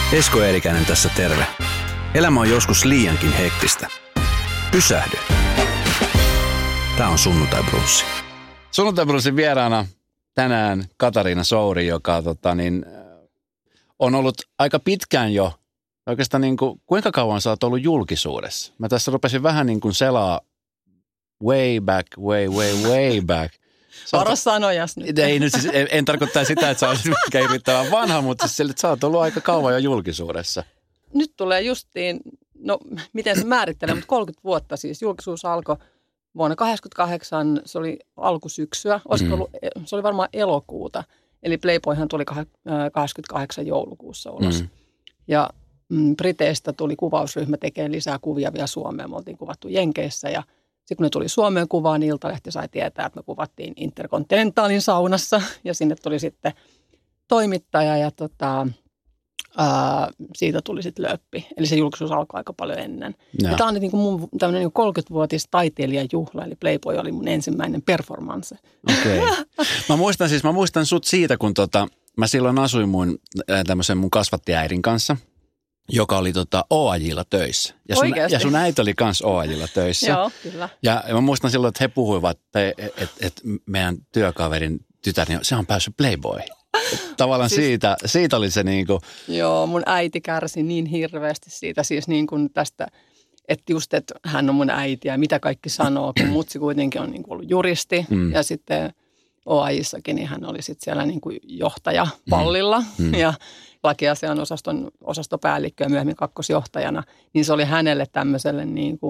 Esko Eerikäinen tässä terve. Elämä on joskus liiankin hektistä. Pysähdy. Tää on Sunnuntai Brunssi. Sunnuntai Brunssin vieraana tänään Katariina Souri, joka on ollut aika pitkään jo, oikeastaan kuinka kauan sä oot ollut julkisuudessa? Mä tässä rupesin vähän selaa way back. Paras sanojas nyt. Ei nyt siis, en tarkoittaa sitä, että sä olisit mikään irittävän vanha, mutta siis että sä oot ollut aika kauan jo julkisuudessa. Nyt tulee justiin, no miten se määrittelee, mutta 30 vuotta siis. Julkisuus alkoi vuonna 1988, se oli alkusyksyä, se oli varmaan elokuuta. Eli Playboyhan tuli 88 joulukuussa ulos. Ja Briteistä tuli kuvausryhmä tekemään lisää kuvia vielä Suomeen. Me oltiin kuvattu Jenkeissä ja sitten kun ne tuli Suomeen kuvaan, niin Iltalehti sai tietää, että me kuvattiin Intercontinentalin saunassa ja sinne tuli sitten toimittaja ja siitä tuli sitten lööppi. Eli se julkisuus alkoi aika paljon ennen. Ja tämä on nyt mun tämmöinen 30-vuotis taiteilijajuhla, eli Playboy oli mun ensimmäinen performance. Okei. Mä muistan sut siitä, kun mä silloin asuin tämmöisen mun kasvattiäidin kanssa, joka oli OAJ:lla töissä. Ja sun äiti oli kans OAJ:lla töissä. Joo, kyllä. Ja mä muistan silloin, että he puhuivat, että meidän työkaverin tytär, niin se on päässyt Playboy. Tavallaan siis, siitä oli se Joo, mun äiti kärsi niin hirveästi siitä siis tästä, että just, että hän on mun äiti ja mitä kaikki sanoo, kun mutsi kuitenkin on ollut juristi ja sitten OAJissakin, niin hän oli sitten siellä johtaja pallilla ja lakiasian osastopäällikkö ja myöhemmin kakkosjohtajana, niin se oli hänelle tämmöiselle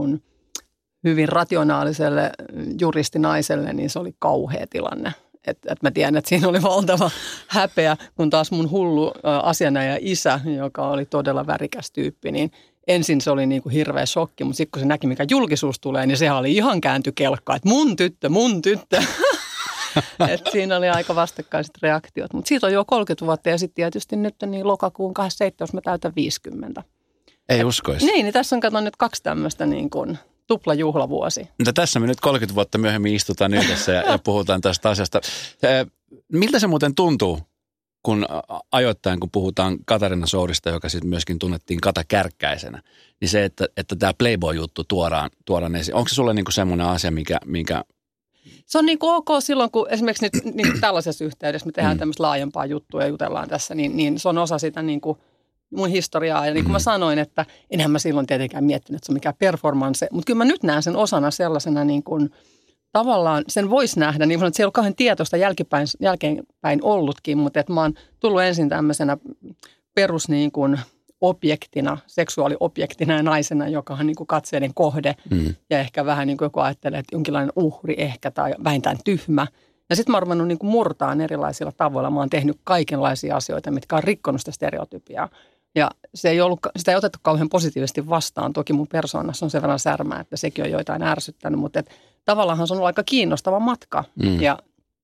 hyvin rationaaliselle juristinaiselle, niin se oli kauhea tilanne. Että mä tiedän, että siinä oli valtava häpeä, kun taas mun hullu asianajaja isä, joka oli todella värikäs tyyppi, niin ensin se oli hirveä shokki, mutta sitten kun se näki, mikä julkisuus tulee, niin sehän oli ihan kääntykelkka, että mun tyttö. Että siinä oli aika vastakkaiset reaktiot, mutta siitä on jo 30 vuotta ja sitten tietysti nyt niin lokakuun 27. mä täytän 50. Ei uskoisi. Niin tässä on kato nyt 2 tämmöistä tuplajuhlavuosi. Mutta tässä me nyt 30 vuotta myöhemmin istutaan yhdessä ja puhutaan tästä asiasta. Miltä se muuten tuntuu, kun ajoittain, kun puhutaan Katariina Sourista, joka sitten myöskin tunnettiin Kata Kärkkäisenä, niin se, että tämä Playboy-juttu tuodaan esiin. Onko se sulle semmoinen asia, mikä se on ok silloin, kun esimerkiksi nyt tällaisessa yhteydessä me tehdään tämmöistä laajempaa juttua ja jutellaan tässä, niin se on osa sitä mun historiaa. Ja niin kuin mä sanoin, että enhän mä silloin tietenkään miettinyt, että se on mikään performance, mutta kyllä mä nyt näen sen osana sellaisena tavallaan sen voisi nähdä, niin että se ei ole kauhean tietoista jälkeenpäin ollutkin, mutta että mä oon tullut ensin tämmöisenä perus objektina, seksuaaliobjektina ja naisena, joka on katseiden kohde ja ehkä vähän joku ajattelee, että jonkinlainen uhri ehkä tai vähintään tyhmä. Ja sitten mä oon ruvennut murtaan erilaisilla tavoilla. Mä oon tehnyt kaikenlaisia asioita, mitkä on rikkonut sitä stereotypiaa. Ja sitä ei otettu kauhean positiivisesti vastaan. Toki mun persoonassa on sen verran särmää, että sekin on joitain ärsyttänyt, mutta tavallaan se on ollut aika kiinnostava matka. Ja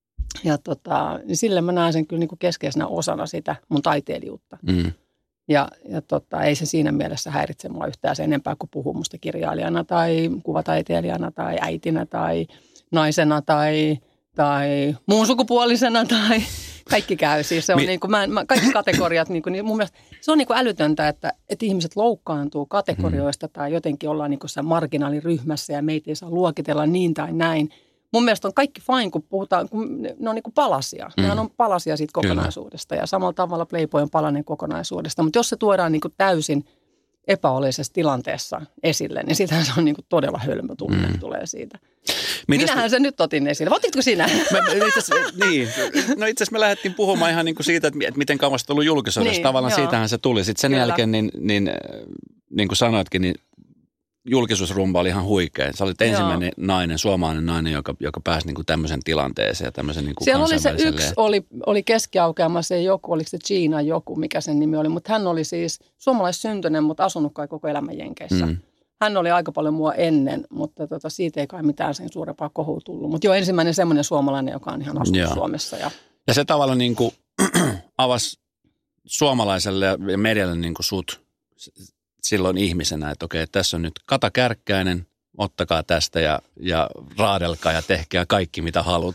niin sille mä näen sen kyllä keskeisenä osana sitä mun taiteilijuutta. Ja ei se siinä mielessä häiritse mua yhtään sen enempää kuin puhuu musta kirjailijana tai kuvataiteilijana tai äitinä tai naisena tai muun sukupuolisena tai kaikki käy. Siis se on kaikki kategoriat, mun mielestä se on älytöntä, että ihmiset loukkaantuu kategorioista tai jotenkin ollaan marginaaliryhmässä ja meitä ei saa luokitella niin tai näin. Mun mielestä on kaikki fine, kun puhutaan, kun ne on palasia. Nehän on palasia siitä kokonaisuudesta ja samalla tavalla Playboy on palanen kokonaisuudesta. Mutta jos se tuodaan täysin epäoleisessa tilanteessa esille, niin sitähän se on todella hölmö tunne tulee siitä. Minähän se nyt otin esille. Otitko sinä? No itse asiassa me lähdettiin puhumaan ihan siitä, että miten kauan olet ollut julkisuudessa. Niin, tavallaan siitähän se tuli. Sitten sen jälkeen, niin kuin sanoitkin, niin julkisuusrumba oli ihan huikea. Sä olit ensimmäinen nainen, suomalainen nainen, joka pääsi tämmöisen tilanteeseen ja tämmöisen siellä oli se yksi, oli keskiaukeamassa joku, oliko se Gina joku, mikä sen nimi oli, mutta hän oli siis suomalaissyntyinen, mutta asunut kai koko elämän Jenkeissä. Hän oli aika paljon mua ennen, mutta siitä ei kai mitään sen suurempaa kohua tullut. Mutta jo ensimmäinen semmoinen suomalainen, joka on ihan asunut Suomessa. Ja se tavallaan avasi suomalaiselle ja medialle sut silloin ihmisenä, että okei, tässä on nyt Kata Kärkkäinen, ottakaa tästä ja raadelkaa ja tehkää kaikki mitä haluatte.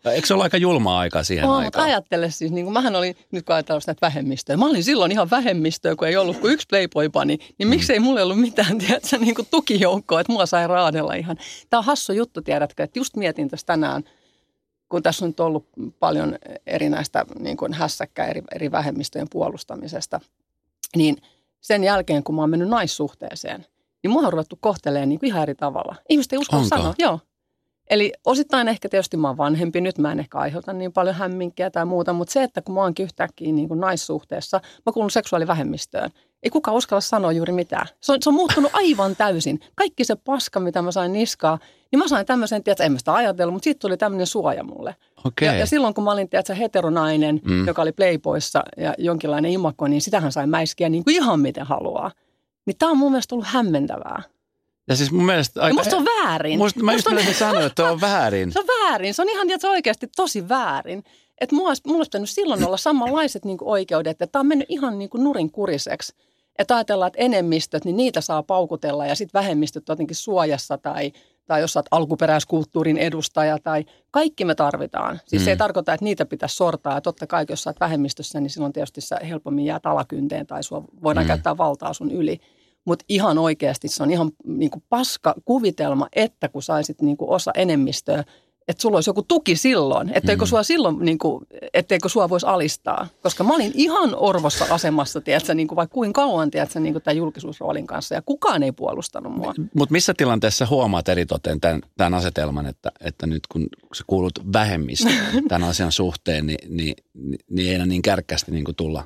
Eikö se ole aika julmaa aikaa siihen aikaan? Mutta ajattele siis, niin kuin mähän olin, nyt kun ajatellaan näitä vähemmistöjä, mä olin silloin ihan vähemmistöä, kun ei ollut kuin yksi Playboy-pani, niin miksei mulla ollut mitään, tiedätkö, niin kuin tukijoukkoa, että mua sai raadella ihan. Tämä on hassu juttu, tiedätkö, että just mietin tässä tänään, kun tässä on nyt ollut paljon erinäistä niin kuin hässäkkää eri vähemmistöjen puolustamisesta, niin sen jälkeen, kun mä oon mennyt naissuhteeseen, niin mua on ruvettu kohtelemaan niin kuin ihan eri tavalla. Ihmiset ei uskalla sanoa, joo. Eli osittain ehkä tietysti mä oon vanhempi nyt, mä en ehkä aiheuta niin paljon hämminkiä tai muuta, mutta se, että kun mä oonkin yhtäkkiä niin kuin naissuhteessa, mä kuulun seksuaalivähemmistöön. Ei kukaan uskalla sanoa juuri mitään. Se on muuttunut aivan täysin. Kaikki se paska, mitä mä sain niskaa, niin mä sain tämmöisen, tiedätkö, en mä sitä ajatellut, mutta siitä tuli tämmöinen suoja mulle. Okay. Ja silloin, kun mä olin, tiedätkö, heteronainen, joka oli Playboyssa ja jonkinlainen imakko, niin sitähän sai mäiskiä niin kuin ihan miten haluaa. Niin tää on mun mielestä ollut hämmentävää. Ja siis mun mielestä... Musta se on väärin. Mä just sanoin, että on väärin. Se on väärin. Se on ihan tietysti oikeasti tosi väärin. Että mulla olisi pitänyt silloin olla samanlaiset niin kuin oikeudet. Että tämä on mennyt ihan niin kuin nurinkuriseksi. Että ajatellaan, että enemmistöt, niin niitä saa paukutella ja sitten vähemmistöt jotenkin suojassa tai jos sä oot alkuperäiskulttuurin edustaja tai kaikki me tarvitaan. Siis se ei tarkoita, että niitä pitäisi sortaa. Ja totta kai, jos sä oot vähemmistössä, niin silloin tietysti sä helpommin jäät alakynteen tai sua voidaan käyttää valtaa sun yli. Mutta ihan oikeasti se on ihan niinku paska kuvitelma, että kun saisit niinku osa enemmistöä, että sulla olisi joku tuki silloin, etteikö sua silloin, niinku, etteikö sua voisi alistaa. Koska mä olin ihan orvossa asemassa, tiedätkö, niinku, vaikka kuin kauan, tiedätkö, niinku tämän julkisuusroolin kanssa, ja kukaan ei puolustanut mua. Mutta missä tilanteessa huomaat eritoten tämän asetelman, että nyt kun sä kuulut vähemmistöön tämän asian suhteen, niin ei enää niin kärkkäästi niinku tulla?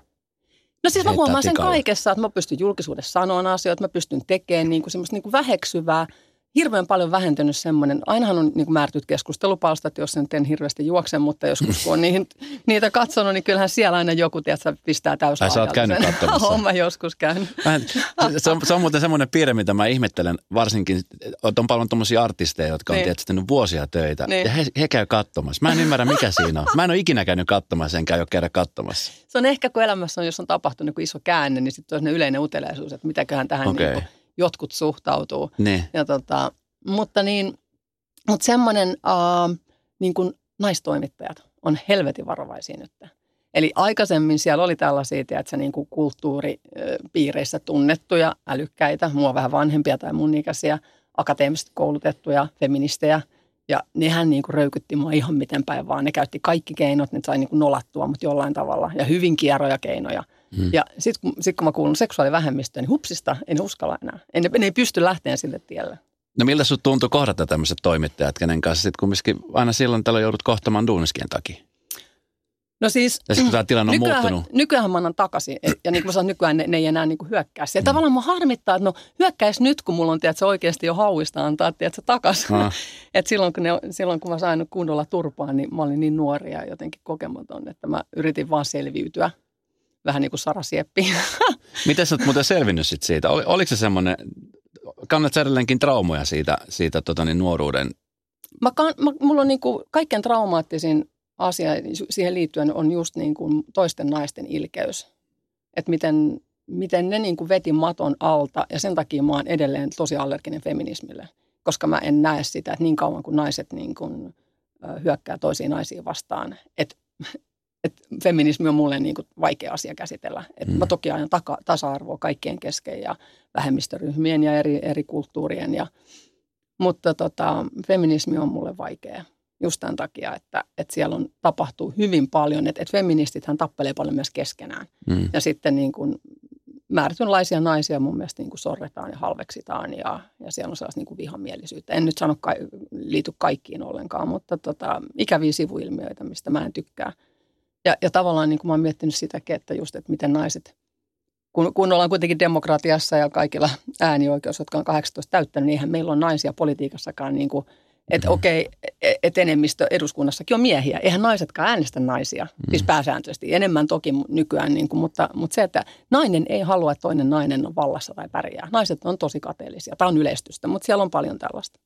No siis mä huomaan sen kaikessa, että mä pystyn julkisuudessa sanomaan asioita, mä pystyn tekemään niin kuin semmoista niin kuin väheksyvää, hirveän paljon vähentynyt semmoinen, ainahan on niin kuin määrätyt keskustelupalstat, jos en tee hirveästi juoksen, mutta joskus kun on niitä katsonut, niin kyllähän siellä aina joku, tiedätkö, pistää täysin. Sä oot käynyt katsomassa. Olen mä joskus käynyt. Se on muuten semmoinen piirre, mitä mä ihmettelen, varsinkin, on paljon tommosia artisteja, jotka on tietysti tehnyt vuosia töitä, ja he käy katsomassa. Mä en ymmärrä, mikä siinä on. Mä en ole ikinä käynyt katsomassa, enkä ole käydä katsomassa. Se on ehkä, kun elämässä on, jos on tapahtunut niin iso käänne, niin sitten on yleinen uteliaisuus, että mitäköhän tähän niin jotkut suhtautuu. Ne. Ja mutta semmoinen niin kuin naistoimittajat on helvetin varovaisia nyt. Eli aikaisemmin siellä oli tällaisia, tiedätkö, niin kuin kulttuuripiireissä tunnettuja, älykkäitä, mua vähän vanhempia tai mun ikäisiä, akateemisesti koulutettuja, feministejä. Ja nehän niin kuin röykytti mua ihan miten päin vaan. Ne käytti kaikki keinot, ne sai niin kuin nolattua mut jollain tavalla ja hyvin kieroja keinoja. Ja sitten kun mä kuulun seksuaalivähemmistöön, niin hupsista en uskalla enää. Ne ei pysty lähteen sille tielle. No miltä sut tuntui kohdata tämmöiset toimittajat, kenen kanssa sitten kumminkin aina silloin tällä joudut kohtamaan duuniskien takia? No siis, ja sitten tämä tilanne on muuttunut. Nykyään mä annan takaisin. Ja niin kuin mä sanon, nykyään ne ei enää niin kuin hyökkää. Ja tavallaan mä harmittaa, että no hyökkäisi nyt, kun mulla on tiedätkö, oikeasti jo hauista antaa tiedätkö, takaisin. Että silloin kun mä sain kunnolla turpaan, niin mä olin niin nuori ja jotenkin kokematon, että mä yritin vaan selviytyä. Vähän niin kuin Sara Sieppi. Miten sä oot muuten selvinnyt sit siitä? Oliko se semmoinen, kannat sä edelleenkin traumoja siitä nuoruuden? Mulla on niin kuin kaikkein traumaattisin asia siihen liittyen on just niin kuin toisten naisten ilkeys. Että miten ne niin kuin veti maton alta ja sen takia mä oon edelleen tosi allerginen feminismille. Koska mä en näe sitä, että niin kauan kuin naiset niin kuin hyökkää toisiin naisiin vastaan, että feminismi on mulle niin kuin vaikea asia käsitellä. Mä toki ajan tasa-arvoa kaikkien kesken ja vähemmistöryhmien ja eri kulttuurien. Mutta feminismi on mulle vaikea just tämän takia, että siellä tapahtuu hyvin paljon. Että feministithän tappelee paljon myös keskenään. Ja sitten niin kuin määrätynlaisia naisia mun mielestä niin kuin sorretaan ja halveksitaan ja siellä on sellaista niin kuin vihamielisyyttä. En nyt sano liity kaikkiin ollenkaan, mutta ikäviä sivuilmiöitä, mistä mä en tykkää. Ja tavallaan niin kuin mä oon miettinyt sitäkin, että just, että miten naiset, kun ollaan kuitenkin demokratiassa ja kaikilla äänioikeus, jotka on 18 täyttänyt, niin eihän meillä on naisia politiikassakaan, niin kuin, että okei, että enemmistö eduskunnassakin on miehiä. Eihän naisetkaan äänestä naisia, siis pääsääntöisesti. Enemmän toki nykyään, niin kuin, mutta se, että nainen ei halua, että toinen nainen on vallassa tai pärjää. Naiset on tosi kateellisia. Tämä on yleistystä, mutta siellä on paljon tällaista.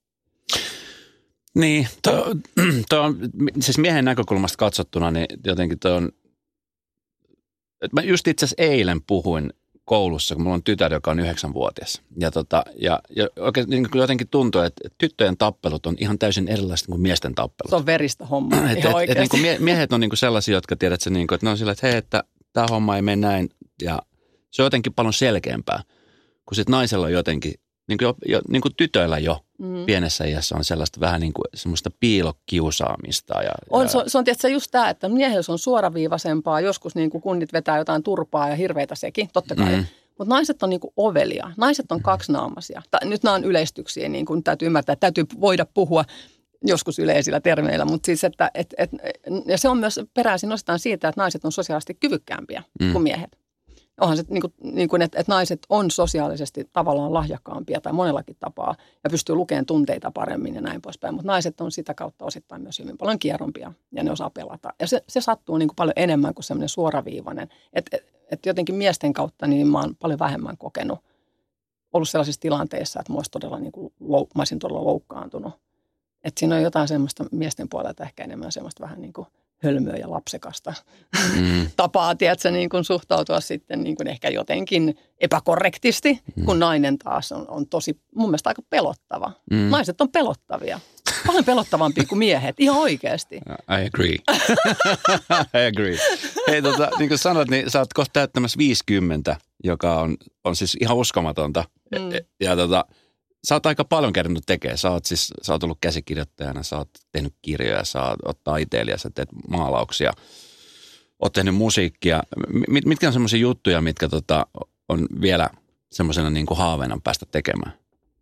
Niin, toi on, siis miehen näkökulmasta katsottuna, niin jotenkin toi on, että mä just itse asiassa eilen puhuin koulussa, kun mulla on tytär, joka on 9-vuotias. Ja oikein niin jotenkin tuntuu, että tyttöjen tappelut on ihan täysin erilaiset kuin miesten tappelut. Se on veristä hommaa, ihan oikeasti. Niin miehet on niin sellaisia, jotka tiedät, että ne on sillä, että hei, että tämä homma ei mene näin. Ja se on jotenkin paljon selkeämpää, kun sitten naisella on jotenkin, niin kuin tytöillä jo pienessä iässä on sellaista vähän niin kuin semmoista piilokiusaamista. Se on tietysti just tämä, että miehellä on suoraviivaisempaa, joskus niin kuin kunnit vetää jotain turpaa ja hirveitä sekin, totta kai. Mutta naiset on niin kuin ovelia, naiset on kaksinaamaisia. Nyt nämä on yleistyksiä, niin kuin täytyy ymmärtää, täytyy voida puhua joskus yleisillä termeillä, mutta siis, ja se on myös peräisin osittain siitä, että naiset on sosiaalisesti kyvykkäämpiä kuin miehet. Onhan se niin kuin että naiset on sosiaalisesti tavallaan lahjakkaampia tai monellakin tapaa ja pystyy lukemaan tunteita paremmin ja näin poispäin. Mutta naiset on sitä kautta osittain myös hyvin paljon kierrompia ja ne osaa pelata. Ja se sattuu niin kuin paljon enemmän kuin semmoinen suoraviivainen. Että jotenkin miesten kautta niin mä oon paljon vähemmän kokenut, ollut sellaisissa tilanteissa, että mä olisin todella loukkaantunut. Että siinä on jotain semmoista miesten puolelta ehkä enemmän semmoista vähän niin kuin hölmöä ja lapsekasta tapaa, tiedätkö, niin kuin suhtautua sitten niin kuin ehkä jotenkin epäkorrektisti, kun nainen taas on tosi, mun mielestä aika pelottava. Naiset on pelottavia. Paljon pelottavampia kuin miehet, ihan oikeasti. I agree. I agree. Hei, niin kuin sanoit, niin sä oot kohta täyttämässä 50, joka on siis ihan uskomatonta. Ja sä oot aika paljon kerännyt tekemään. Sä oot ollut käsikirjoittajana, sä oot tehnyt kirjoja, sä oot taiteilija, sä teet maalauksia, oot tehnyt musiikkia. Mitkä on semmoisia juttuja, mitkä on vielä semmoisena niin kuin haaveena päästä tekemään?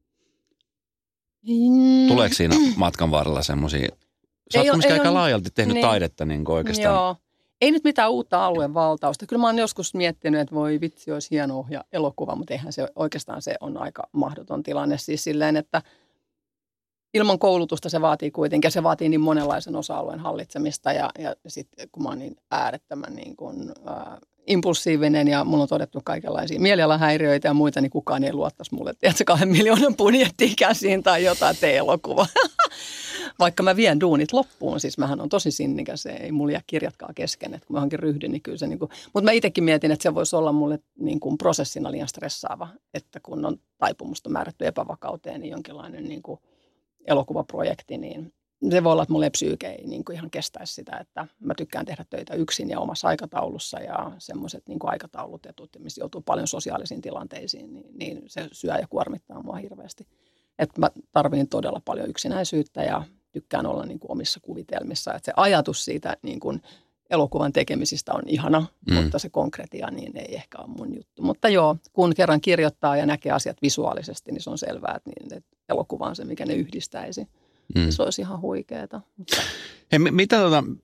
Tuleeko siinä matkan varrella semmoisia? Sä oot kuitenkin aika laajalti tehnyt taidetta niin kuin oikeastaan. Joo. Ei nyt mitään uutta alueen valtausta. Kyllä mä oon joskus miettinyt, että voi vitsi, olisi hieno elokuva, mutta eihän se oikeastaan se on aika mahdoton tilanne. Siis silleen, että ilman koulutusta se vaatii kuitenkin, se vaatii niin monenlaisen osa-alueen hallitsemista ja sitten kun mä oon niin äärettömän niin kuin, impulsiivinen ja mulla on todettu kaikenlaisia mielialahäiriöitä ja muita, niin kukaan ei luottaisi mulle, että 2 miljoonan budjettia käsiin tai jotain tee-elokuvaa. Vaikka mä vien duunit loppuun, siis mähän on tosi sinnikäs, ei mulla jää kirjatkaan kesken, että kun mä johonkin ryhdyn, niin kyllä se niin kuin, mutta mä itsekin mietin, että se voisi olla mulle niin kuin prosessina liian stressaava, että kun on taipumusta määrätty epävakauteen, niin jonkinlainen niin kuin elokuvaprojekti, niin se voi olla, että mulle psyyke ei niin kuin ihan kestäisi sitä, että mä tykkään tehdä töitä yksin ja omassa aikataulussa ja semmoiset niin kuin aikataulutetut, missä joutuu paljon sosiaalisiin tilanteisiin, niin se syö ja kuormittaa mua hirveästi. Että mä tarvitsen todella paljon yksinäisyyttä ja tykkään olla niin kuin omissa kuvitelmissa. Että se ajatus siitä niin kuin elokuvan tekemisistä on ihana, mutta se konkretia niin ei ehkä ole mun juttu. Mutta joo, kun kerran kirjoittaa ja näkee asiat visuaalisesti, niin se on selvää, että elokuva on se, mikä ne yhdistäisi. Se olisi ihan huikeeta. Mutta hei, mitä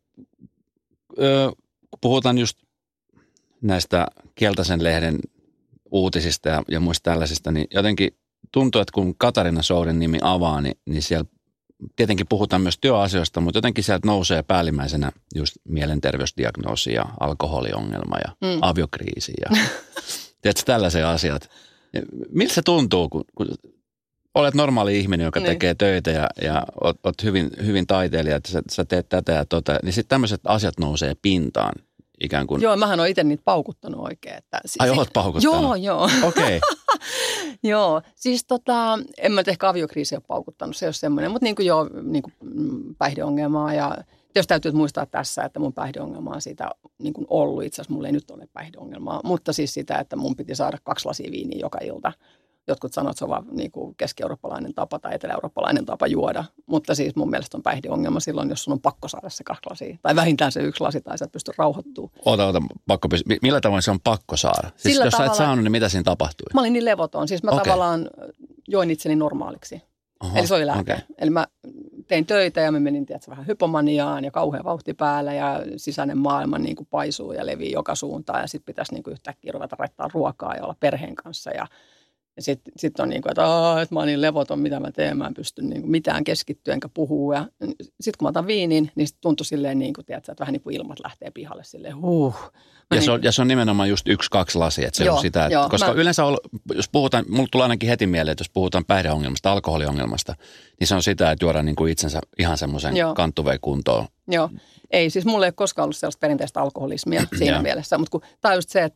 kun puhutaan just näistä Keltaisen lehden uutisista ja muista tällaisista, niin jotenkin tuntuu, että kun Katarina Souden nimi avaa, niin siellä tietenkin puhutaan myös työasioista, mutta jotenkin sieltä nousee päällimmäisenä just mielenterveysdiagnoosi ja alkoholiongelma ja aviokriisi ja tiedätkö, tällaisia asiat. Miltä se tuntuu, kun olet normaali ihminen, joka tekee töitä ja olet hyvin taiteilija, että sä teet tätä ja tota, niin sitten tämmöiset asiat nousee pintaan ikään kuin. Joo, mähän olen itse niitä paukuttanut oikein. Että olet paukuttanut? Joo. Okei. Joo, siis en mä nyt ehkä aviokriisi ole paukuttanut, se ei ole semmoinen, mutta niin kuin päihdeongelmaa ja jos täytyy muistaa tässä, että mun päihdeongelma on siitä niin kuin ollut, itse asiassa mulla ei nyt ole päihdeongelmaa, mutta siis sitä, että mun piti saada 2 lasia viiniä joka ilta. Jotkut sanoo, että se on vaan niin kuin keski-eurooppalainen tapa tai etelä-eurooppalainen tapa juoda, mutta siis mun mielestä on päihdeongelma silloin, jos sun on pakko saada se 2 lasia tai vähintään se 1 lasi tai sä et pysty rauhoittumaan. Pakko pystyä. Millä tavoin se on pakko saada? Siis jos sä et saanut, niin mitä siinä tapahtui? Mä olin niin levoton, siis mä tavallaan join itseni normaaliksi. Eli se oli lääke. Okay. Eli mä tein töitä ja mä menin vähän hypomaniaan ja kauhean vauhti päällä ja sisäinen maailma niin kuin paisuu ja levii joka suuntaan ja sitten pitäisi niin kuin yhtäkkiä ruveta raittaa ruokaa ja olla perheen kanssa ja sitten on niin kuin, että mä oon niin levoton, mitä mä teen, mä en pysty niin kuin mitään keskittyä enkä puhua. Ja sitten kun mä otan viinin, niin sit tuntui silleen, niin kuin, tiedätkö, että vähän niin kuin ilmat lähtee pihalle silleen, Ja se on nimenomaan just 1-2 lasia, että se on sitä, että, koska yleensä, jos puhutaan, mulle tulee ainakin heti mieleen, että jos puhutaan päihdeongelmasta, alkoholiongelmasta, niin se on sitä, että juodaan niin kuin itsensä ihan semmoisen kanttuveen kuntoon. Joo, ei siis mulla ei ole koskaan ollut sellaista perinteistä alkoholismia siinä mielessä, mutta tämä on just se, että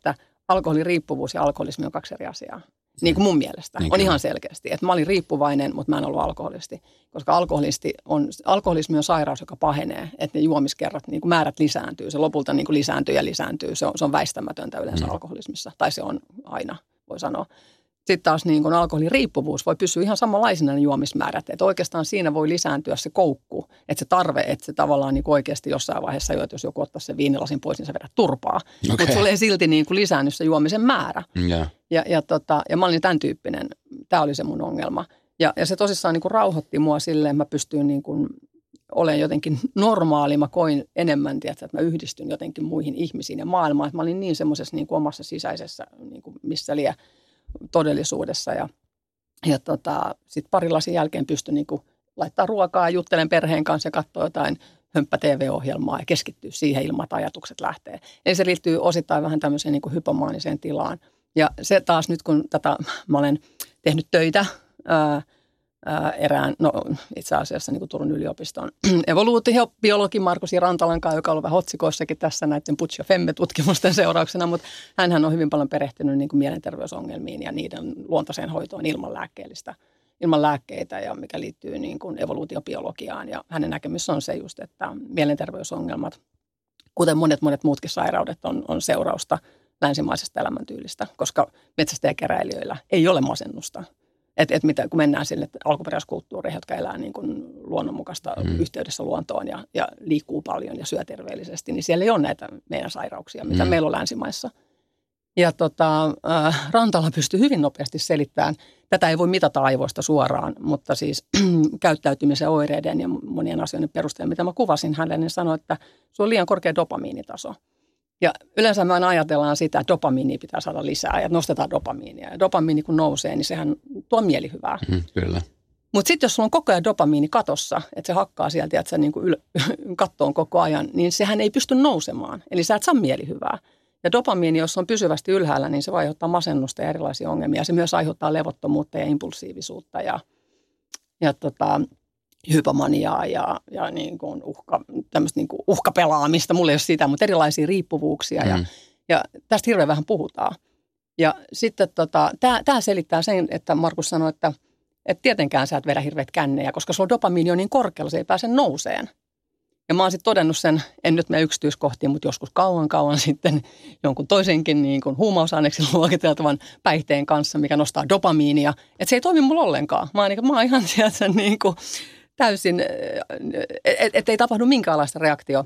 alkoholiriippuvuus ja alkoholismi on kaksi eri asiaa. Niin kuin mun mielestä. Niin on kyllä. ihan selkeästi. Että mä olin riippuvainen, mutta mä en ollut alkoholisti. Koska alkoholismi on sairaus, joka pahenee. Että ne juomiskerrat, niin kuin määrät lisääntyy. Se lopulta niin kuin lisääntyy ja lisääntyy. Se on väistämätöntä yleensä alkoholismissa. Tai se on aina, voi sanoa. Sitten taas niin kuin alkoholiriippuvuus voi pysyä ihan samanlaisena ne juomismäärät. Että oikeastaan siinä voi lisääntyä se koukku. Että se tarve, että se tavallaan niin kuin oikeasti jossain vaiheessa jo, että jos joku ottaa sen viinilasin pois, niin sä vedät turpaa. Okay. Mutta sulle ei silti niin kuin lisäänny se juomisen määrä. Ja mä olin tämän tyyppinen. Tämä oli se mun ongelma. Ja se tosissaan niin kuin rauhoitti mua silleen, että mä pystyin niin kuin olemaan jotenkin normaali. Mä koin enemmän, että mä yhdistyn jotenkin muihin ihmisiin ja maailmaan. Että mä olin niin semmoisessa niin kuin omassa sisäisessä, niin kuin missä liian todellisuudessa. Ja sitten pari lasin jälkeen pystyin niin kuin laittaa ruokaa, juttelen perheen kanssa ja katsoa jotain hömppä-TV-ohjelmaa ja keskittyä siihen ilman, että ajatukset lähtee. Eli se liittyy osittain vähän tämmöiseen niin kuin hypomaaniseen tilaan. Ja se taas nyt, kun mä olen tehnyt töitä itse asiassa niin kuin Turun yliopiston evoluutiobiologi Markus Rantalan kanssa, joka on ollut vähän otsikoissakin tässä näiden Butch ja Femme-tutkimusten seurauksena, mutta hänhän on hyvin paljon perehtynyt niin kuin mielenterveysongelmiin ja niiden luontaiseen hoitoon ilman lääkkeitä ja mikä liittyy niin kuin evoluutiobiologiaan. Ja hänen näkemys on se just, että mielenterveysongelmat, kuten monet muutkin sairaudet, on seurausta länsimaisesta elämäntyylistä, koska metsästäjäkeräilijöillä ei ole masennusta. Kun mennään sille alkuperäiskulttuureihin, jotka elää niin kuin luonnonmukaista yhteydessä luontoon ja liikkuu paljon ja syö terveellisesti, niin siellä ei ole näitä meidän sairauksia, mitä meillä on länsimaissa. Ja Rantala pystyy hyvin nopeasti selittämään, tätä ei voi mitata aivoista suoraan, mutta siis käyttäytymisen oireiden ja monien asioiden perusteella, mitä mä kuvasin hänelle, niin sanoi, että se on liian korkea dopamiinitaso. Ja yleensä me ajatellaan sitä, että dopamiinia pitää saada lisää ja nostetaan dopamiinia. Ja dopamiini kun nousee, niin sehän tuo mielihyvää. Kyllä. Mutta sitten jos sulla on koko ajan dopamiini katossa, että se hakkaa sieltä, että se niin kattoon koko ajan, niin sehän ei pysty nousemaan. Eli sä et saa mielihyvää. Ja dopamiini, jos on pysyvästi ylhäällä, niin se voi aiheuttaa masennusta ja erilaisia ongelmia. Se myös aiheuttaa levottomuutta ja impulsiivisuutta ja hypomaniaa ja niin kuin tämmöistä niin kuin uhkapelaamista. Mulla ei ole sitä, mutta erilaisia riippuvuuksia ja tästä hirveän vähän puhutaan. Ja sitten tämä selittää sen, että Markus sanoi, että tietenkään sä et vedä hirveät kännejä, koska sulla dopamiini on niin korkealla, se ei pääse nouseen. Ja mä oon sitten todennut sen, en nyt mene yksityiskohtiin, mutta joskus kauan sitten jonkun toisenkin niin kuin huumausaineeksi luokiteltavan päihteen kanssa, mikä nostaa dopamiinia. Että se ei toimi mulla ollenkaan. Mä oon ihan sieltä niin kuin täysin, että ei tapahdu minkäänlaista reaktio.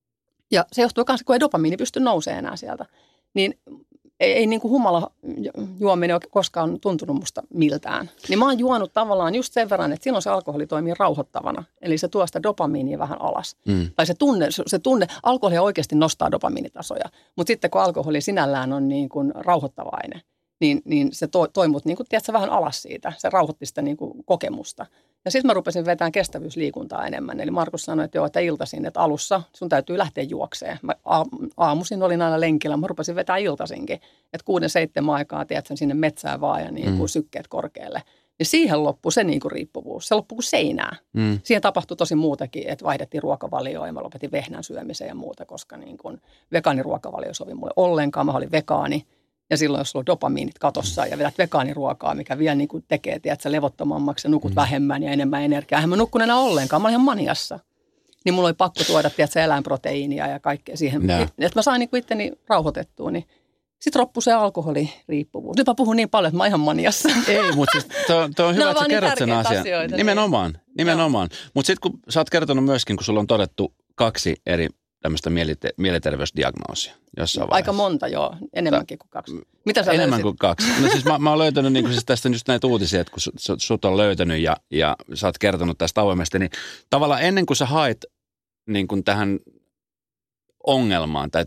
Ja se johtuu myös, kun ei dopamiini pysty nousemaan enää sieltä. Niin ei niin kuin humala juominen ole koskaan tuntunut musta miltään. Niin mä oon juonut tavallaan just sen verran, että silloin se alkoholi toimii rauhoittavana. Eli se tuo sitä dopamiinia vähän alas. Tai se tunne, alkoholi oikeasti nostaa dopamiinitasoja. Mutta sitten kun alkoholi sinällään on niin kuin rauhoittava aine, niin se toi mut niin kuin, tiedätkö, vähän alas siitä. Se rauhoitti sitä niin kuin kokemusta. Ja sitten mä rupesin vetämään kestävyysliikuntaa enemmän. Eli Markus sanoi, että joo, että iltaisin, että alussa sun täytyy lähteä juokseen. Mä aamuisin olin aina lenkillä, mä rupesin vetämään iltaisinkin. Että 6-7 aikaa, tiedätkö, sinne metsään vaan ja niin kuin sykkeet korkealle. Ja siihen loppui se niin kuin riippuvuus. Se loppui kuin seinää. Siihen tapahtui tosi muutakin, että vaihdettiin ruokavalioa ja mä lopetin vehnän syömisen ja muuta, koska niin kuin vegaaniruokavalio sovi mulle ollenkaan. Mä olin vegaani. Ja silloin, jos sulla on dopamiinit katossa ja vedät vegaaniruokaa, mikä vielä niin kuin tekee, tiedätkö, levottomammaksi ja nukut vähemmän ja enemmän energiaa. Eihän mä nukkunut enää ollenkaan, mä olin ihan maniassa. Niin mulla oli pakko tuoda, tiedätkö, eläinproteiinia ja kaikkea siihen. Että mä sain niin kuin itteni rauhoitettua, niin sitten loppui se alkoholiriippuvuus. Nyt mä puhun niin paljon, että mä oon ihan maniassa. Ei, mutta siis toi on hyvä, että sä niin kerrot sen asian. Asioita, Nimenomaan. Mutta sitten kun sä oot kertonut myöskin, kun sulla on todettu 2 eri tämmöistä mielenterveysdiagnoosia jossain vaiheessa. Aika monta, joo. Enemmänkin kuin 2. Mitä sä enemmän löysit? Kuin 2. No siis mä oon löytänyt niin siis tästä just näitä uutisia, että kun sut on löytänyt ja sä oot kertonut tästä avoimesti, niin tavallaan ennen kuin sä haet niin kuin tähän ongelmaan tai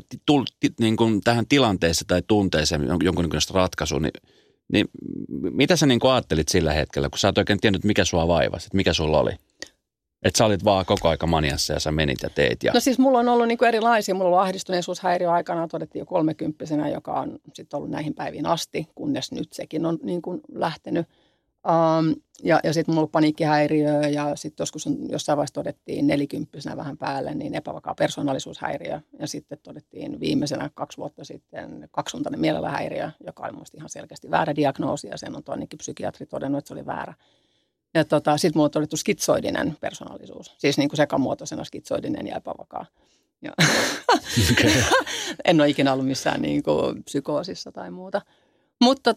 niin kuin tähän tilanteeseen tai tunteeseen jonkunnäköistä ratkaisua, niin mitä sä niin kuin ajattelit sillä hetkellä, kun sä et oikein tiennyt, mikä sua vaivasi, että mikä sulla oli? Että sä olit vaan koko aika maniassa ja sä menit ja teit. Ja... No siis mulla on ollut niinku erilaisia. Mulla on ollut ahdistuneisuushäiriö aikana, todettiin jo 30-vuotiaana, joka on sitten ollut näihin päiviin asti, kunnes nyt sekin on niinku lähtenyt. Ja sitten mulla oli paniikkihäiriö ja sitten jossain vaiheessa todettiin 40 vähän päälle, niin epävakaa persoonallisuushäiriö. Ja sitten todettiin viimeisenä 2 vuotta sitten kaksisuuntainen mielenhäiriö, joka oli musta ihan selkeästi väärä diagnoosi ja sen on toinenkin psykiatri todennut, että se oli väärä. Ja sitten mulla on todettu skitsoidinen persoonallisuus, siis niin kuin sekamuotoisena skitsoidinen ja epävakaa. Ja. Okay. En ole ikinä ollut missään niin kuin psykoosissa tai muuta. Mutta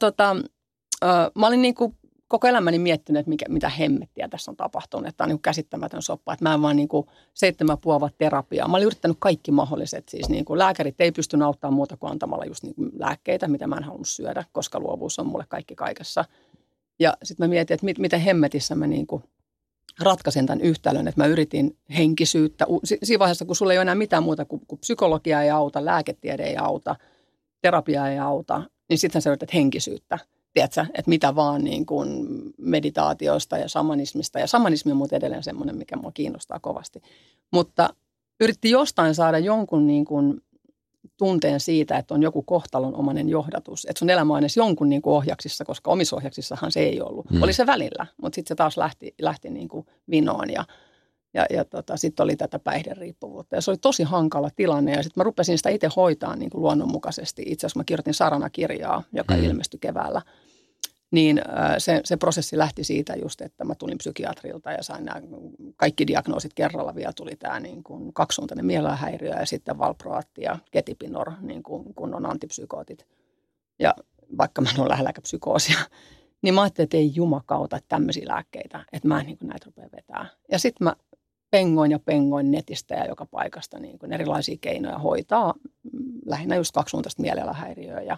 mä olin niin kuin koko elämäni miettinyt, että mitä hemmettiä tässä on tapahtunut. Että tämä on niin kuin käsittämätön soppa. Että mä en vaan niin kuin 7,5 vuotta terapiaa. Mä olin yrittänyt kaikki mahdolliset. Siis niin kuin lääkärit ei pysty auttamaan muuta kuin antamalla just niin kuin lääkkeitä, mitä mä en halunnut syödä, koska luovuus on mulle kaikki kaikessa. Ja sitten mä mietin, että miten hemmetissä mä niin kuin ratkaisin tämän yhtälön, että mä yritin henkisyyttä. Siinä vaiheessa, kun sulla ei ole enää mitään muuta kuin psykologia ei auta, lääketiede ei auta, terapia ei auta, niin sitten sä yrität henkisyyttä. Tiedätkö, että mitä vaan niin kuin meditaatioista ja shamanismista. Ja shamanismi on muuten edelleen semmoinen, mikä mua kiinnostaa kovasti. Mutta yritti jostain saada jonkun niin kuin tunteen siitä, että on joku kohtalonomainen johdatus. Että sun elämä on edes jonkun niin kuin ohjaksissa, koska omissa ohjaksissahan se ei ollut. Oli se välillä, mutta sitten se taas lähti niin kuin vinoon ja sitten oli tätä päihderiippuvuutta. Ja se oli tosi hankala tilanne ja sitten mä rupesin sitä itse hoitaa niin kuin luonnonmukaisesti. Itse asiassa mä kirjoitin Sarana-kirjaa, joka ilmestyi keväällä. Niin se prosessi lähti siitä just, että mä tulin psykiatrilta ja sain nämä kaikki diagnoosit kerralla. Vielä tuli tämä niin kuin kaksisuuntainen mielenhäiriö ja sitten valproaatti ja ketipinor, niin kuin kun on antipsykootit. Ja vaikka mä en ole lähelläkään psykoosia, niin mä ajattelin, että ei jumakauta tämmöisiä lääkkeitä, että mä en niin kuin näitä rupea vetää. Ja sitten mä pengoin netistä ja joka paikasta niin kuin erilaisia keinoja hoitaa, lähinnä just kaksisuuntaista mielenhäiriöä ja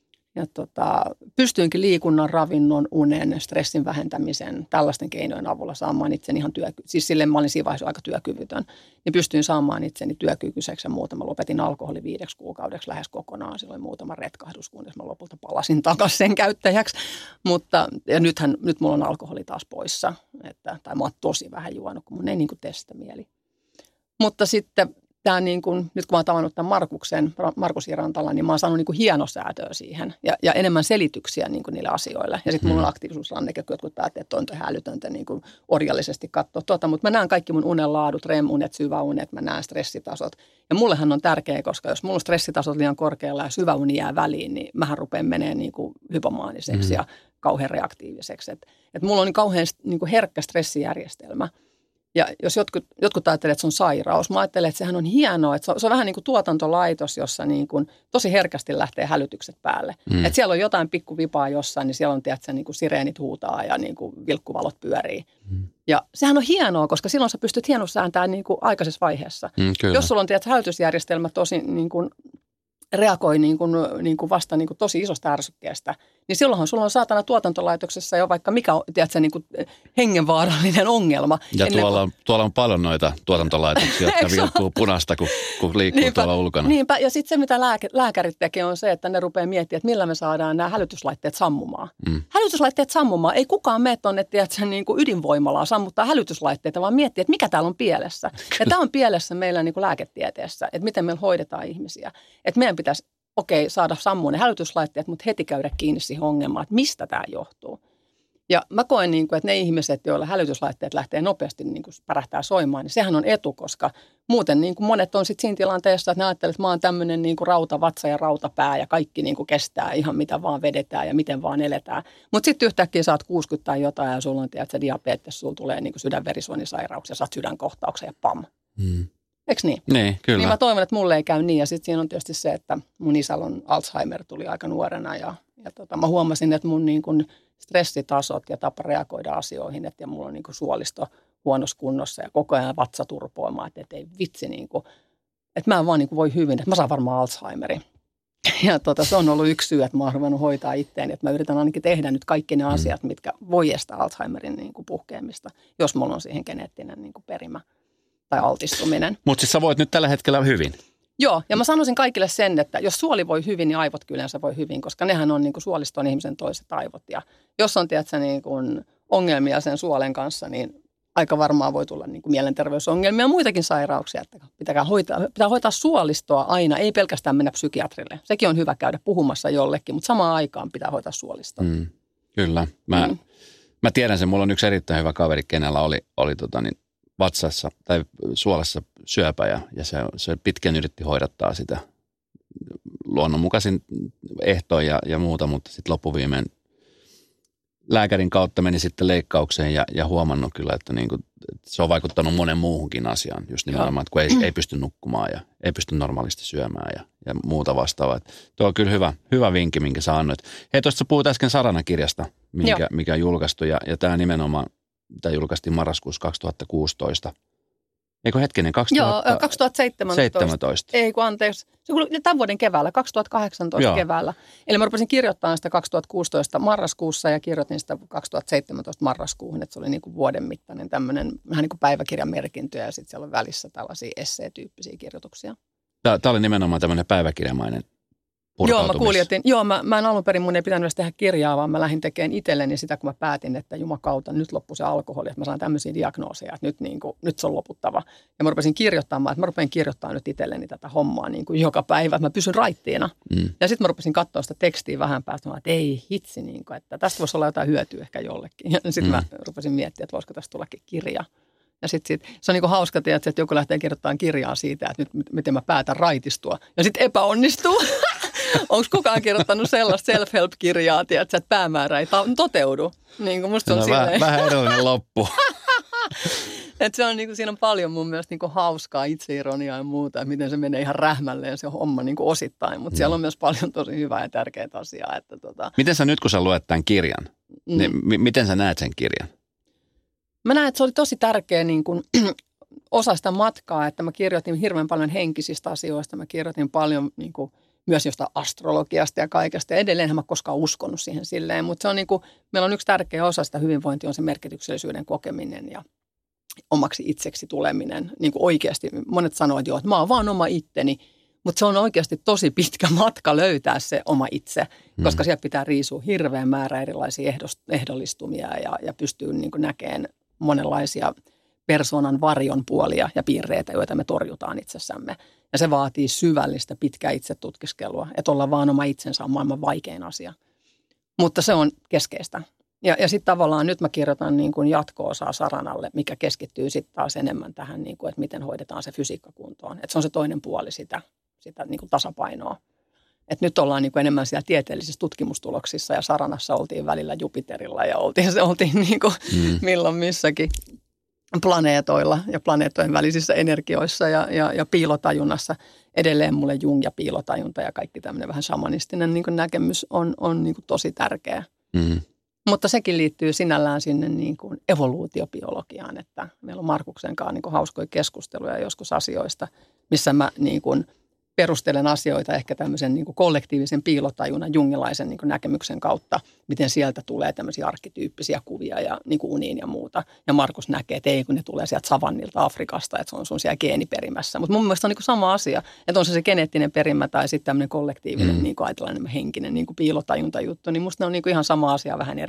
pystyinkin liikunnan, ravinnon, unen, stressin vähentämisen, tällaisten keinojen avulla saamaan itseni ihan siis silleen mä olin siinä vaiheessa aika työkyvytön, niin pystyin saamaan itseni työkykyiseksi ja mä lopetin alkoholi 5 kuukaudeksi lähes kokonaan. Silloin muutama retkahdus, kunnes mä lopulta palasin takaisin sen käyttäjäksi, ja nyt mulla on alkoholi taas poissa, tai mä oon tosi vähän juonut, kun mun ei niin kuin tee sitä mieli. Mutta sitten tämä niin kuin, nyt kun mä oon tavannut tämän Markus Irantalla, niin mä oon saanut niin kuin hienosäätöä siihen ja enemmän selityksiä niin kuin niille asioille. Ja sitten mulla on aktiivisuusranneke, jotkut päättävät, että on ihan älytöntä niin kuin orjallisesti katsoa mutta mä näen kaikki mun unenlaadut, REM-unet, syväunet, mä näen stressitasot. Ja mullehan on tärkeää, koska jos mulla on stressitasot liian korkealla ja syväuni jää väliin, niin mähän rupean menemään niin kuin hypomaaniseksi ja kauhean reaktiiviseksi. Et mulla on niin kauhean niin kuin herkkä stressijärjestelmä. Ja jos jotkut ajattelee, että se on sairaus, mä ajattelen, että sehän on hienoa, että se on vähän niin kuin tuotantolaitos, jossa niin kuin tosi herkästi lähtee hälytykset päälle. Että siellä on jotain pikkuvipaa jossain, niin siellä on, tiedätkö, niin kuin sireenit huutaa ja niin kuin vilkkuvalot pyörii. Ja sehän on hienoa, koska silloin sä pystyt hienosääntämään niin kuin aikaisessa vaiheessa. Jos sulla on, tiedätkö, hälytysjärjestelmä tosi niin kuin reagoi niin kuin vasta niin kuin tosi isosta ärsykkeestä, niin silloinhan sulla on saatana tuotantolaitoksessa jo vaikka mikä on, tiedätkö, niin kuin hengenvaarallinen ongelma. Ja tuolla on paljon noita tuotantolaitoksia, jotka vilkkuu punaista, kun liikkuu tuolla ulkona. Niinpä, ja sitten se, mitä lääkärit tekee, on se, että ne rupeaa miettimään, että millä me saadaan nämä hälytyslaitteet sammumaan. Hälytyslaitteet sammumaan. Ei kukaan mene tuonne, tiedätkö, niin kuin ydinvoimalaa sammuttaa hälytyslaitteita, vaan miettiä, että mikä täällä on pielessä. Ja tämä on pielessä meillä niin kuin lääketieteessä, että miten meillä hoidetaan ihmisiä. Että meidän pitäisi saada sammuun ne hälytyslaitteet, mutta heti käydä kiinni siihen ongelmaan, että mistä tämä johtuu. Ja mä koen, että ne ihmiset, joilla hälytyslaitteet lähtee nopeasti pärähtää soimaan, niin sehän on etu, koska muuten monet on sitten siinä tilanteessa, että ne ajattelee, että mä oon tämmöinen rautavatsa ja rautapää ja kaikki kestää ihan mitä vaan vedetään ja miten vaan eletään. Mutta sitten yhtäkkiä sä oot 60 tai jotain ja sulla on diabetes, sulla tulee sydänverisuonisairauksia, saat sydänkohtauksen ja pam. Eikö niin? Niin, kyllä. Niin mä toivon, että mulle ei käy niin. Ja sitten siinä on tietysti se, että mun isällä on Alzheimer, tuli aika nuorena. Ja mä huomasin, että mun stressitasot ja tapa reagoida asioihin, että mulla on suolisto huonossa kunnossa ja koko ajan vatsa turpoamaan, että ei vitsi, että mä en vaan voi hyvin, että mä saan varmaan Alzheimerin. Ja se on ollut yksi syy, että mä oon ruvennut hoitaa itteeni, että mä yritän ainakin tehdä nyt kaikki ne asiat, mitkä voi estää Alzheimerin puhkeamista, jos mulla on siihen geneettinen perimä tai altistuminen. Mutta siis sä voit nyt tällä hetkellä hyvin. Joo, ja mä sanoisin kaikille sen, että jos suoli voi hyvin, niin aivot kyllä yleensä voi hyvin, koska nehän on suoliston ihmisen toiset aivot. Ja jos on, tiedätkö, ongelmia sen suolen kanssa, niin aika varmaan voi tulla mielenterveysongelmia ja muitakin sairauksia. Että pitää hoitaa suolistoa aina, ei pelkästään mennä psykiatrille. Sekin on hyvä käydä puhumassa jollekin, mutta samaan aikaan pitää hoitaa suolistoa. Kyllä. Mä tiedän sen, mulla on yksi erittäin hyvä kaveri, kenellä oli vatsassa tai suolassa syöpä ja se pitkään yritti hoidattaa sitä luonnonmukaisin ehtoin ja muuta, mutta sitten loppuviimein lääkärin kautta meni sitten leikkaukseen ja huomannut kyllä, että että se on vaikuttanut monen muuhunkin asiaan. Just nimenomaan, että kun ei pysty nukkumaan ja ei pysty normaalisti syömään ja muuta vastaavaa. Tuo on kyllä hyvä vinkki, minkä sä annoit. Hei, tuosta sä puhuit äsken Sarana-kirjasta, mikä on julkaistu ja tämä nimenomaan, tämä julkaistiin marraskuussa 2016. Eikö hetkinen, 2017. Ei kun anteeksi. Se oli tämän vuoden keväällä, 2018 keväällä. Eli mä rupesin kirjoittamaan sitä 2016 marraskuussa ja kirjoitin sitä 2017 marraskuuhun. Että se oli niin kuin vuoden mittainen tämmöinen vähän niin kuin päiväkirjan merkintöjä ja sitten siellä on välissä tällaisia esseetyyppisiä kirjoituksia. Tämä oli nimenomaan tämmöinen päiväkirjamainen purkautumis. Mä en alun perin, mun ei pitänyt edes tehdä kirjaa, vaan mä lähdin tekemään itselleni sitä, kun mä päätin, että jumakauta, nyt loppui se alkoholi, että mä saan tämmöisiä diagnooseja, että nyt se on loputtava. Ja mä rupesin kirjoittamaan, että mä rupean kirjoittamaan nyt itselleni tätä hommaa niin kuin joka päivä, että mä pysyn raittiina. Ja sitten mä rupesin katsoa sitä tekstiä vähän päästä, että ei hitsi, että tästä voisi olla jotain hyötyä ehkä jollekin. Ja sitten mä rupesin miettimään, että voisiko tästä tullakin kirja. Ja sitten se on niin kuin hauska, että joku lähtee kirjoittamaan kirjaa siitä, että nyt miten mä päätän raitistua. Ja sitten epäonnistuu. Onko kukaan kirjoittanut sellaista self-help-kirjaa, että päämäärä ei toteudu? Niin kuin musta on vähän edellinen loppu. Että se on niin kuin, siinä on paljon mun mielestä niin kuin hauskaa itseironiaa ja muuta, että miten se menee ihan rähmälleen se homma niin kuin osittain. Mutta siellä on myös paljon tosi hyvää ja tärkeää asiaa. Että Miten sä nyt, kun sä luet tämän kirjan, niin miten sä näet sen kirjan? Mä näen, että se oli tosi tärkeä niin kuin osa sitä matkaa, että mä kirjoitin hirveän paljon henkisistä asioista. Mä kirjoitin paljon niin kuin myös jostain astrologiasta ja kaikesta. Ja edelleenhän mä koskaan uskonut siihen silleen, mutta se on niin kuin, meillä on yksi tärkeä osa sitä hyvinvointia, on se merkityksellisyyden kokeminen ja omaksi itseksi tuleminen. Niin kuin oikeasti, monet sanoo, että mä oon vaan oma itteni, mutta se on oikeasti tosi pitkä matka löytää se oma itse, koska siellä pitää riisua hirveän määrä erilaisia ehdollistumia ja pystyy niin kuin näkemään monenlaisia persoonan varjon puolia ja piirreitä, joita me torjutaan itsessämme. Ja se vaatii syvällistä, pitkää itsetutkiskelua, että olla vaan oma itsensä on maailman vaikein asia. Mutta se on keskeistä. Ja sitten tavallaan nyt mä kirjoitan niin kuin jatko-osaa Saranalle, mikä keskittyy sitten taas enemmän tähän, niin kuin, että miten hoidetaan se fysiikka kuntoon. Että se on se toinen puoli sitä niin kuin tasapainoa. Että nyt ollaan niin kuin enemmän siellä tieteellisissä tutkimustuloksissa ja Saranassa oltiin välillä Jupiterilla ja oltiin niin kuin milloin missäkin planeetoilla ja planeettojen välisissä energioissa ja piilotajunnassa. Edelleen mulle Jung ja piilotajunta ja kaikki tämmöinen vähän shamanistinen niin kuin näkemys on niin kuin tosi tärkeä. Mutta sekin liittyy sinällään sinne niin kuin evoluutiobiologiaan, että meillä on Markuksen kanssa niin kuin hauskoja keskusteluja joskus asioista, missä mä niin kuin perustelen asioita ehkä tämmöisen niin kuin kollektiivisen piilotajunnan jungilaisen niin kuin näkemyksen kautta, miten sieltä tulee tämmöisiä arkkityyppisiä kuvia ja niin kuin uniin ja muuta. Ja Markus näkee, että ei kun ne tulee sieltä savannilta Afrikasta, että se on sun siellä geeniperimässä. Mutta mun mielestä on niin kuin sama asia, että on se geneettinen perimä tai sitten tämmöinen kollektiivinen niin kuin ajatellaan enemmän henkinen niin kuin piilotajuntajuttu, niin musta ne on niin kuin ihan sama asia vähän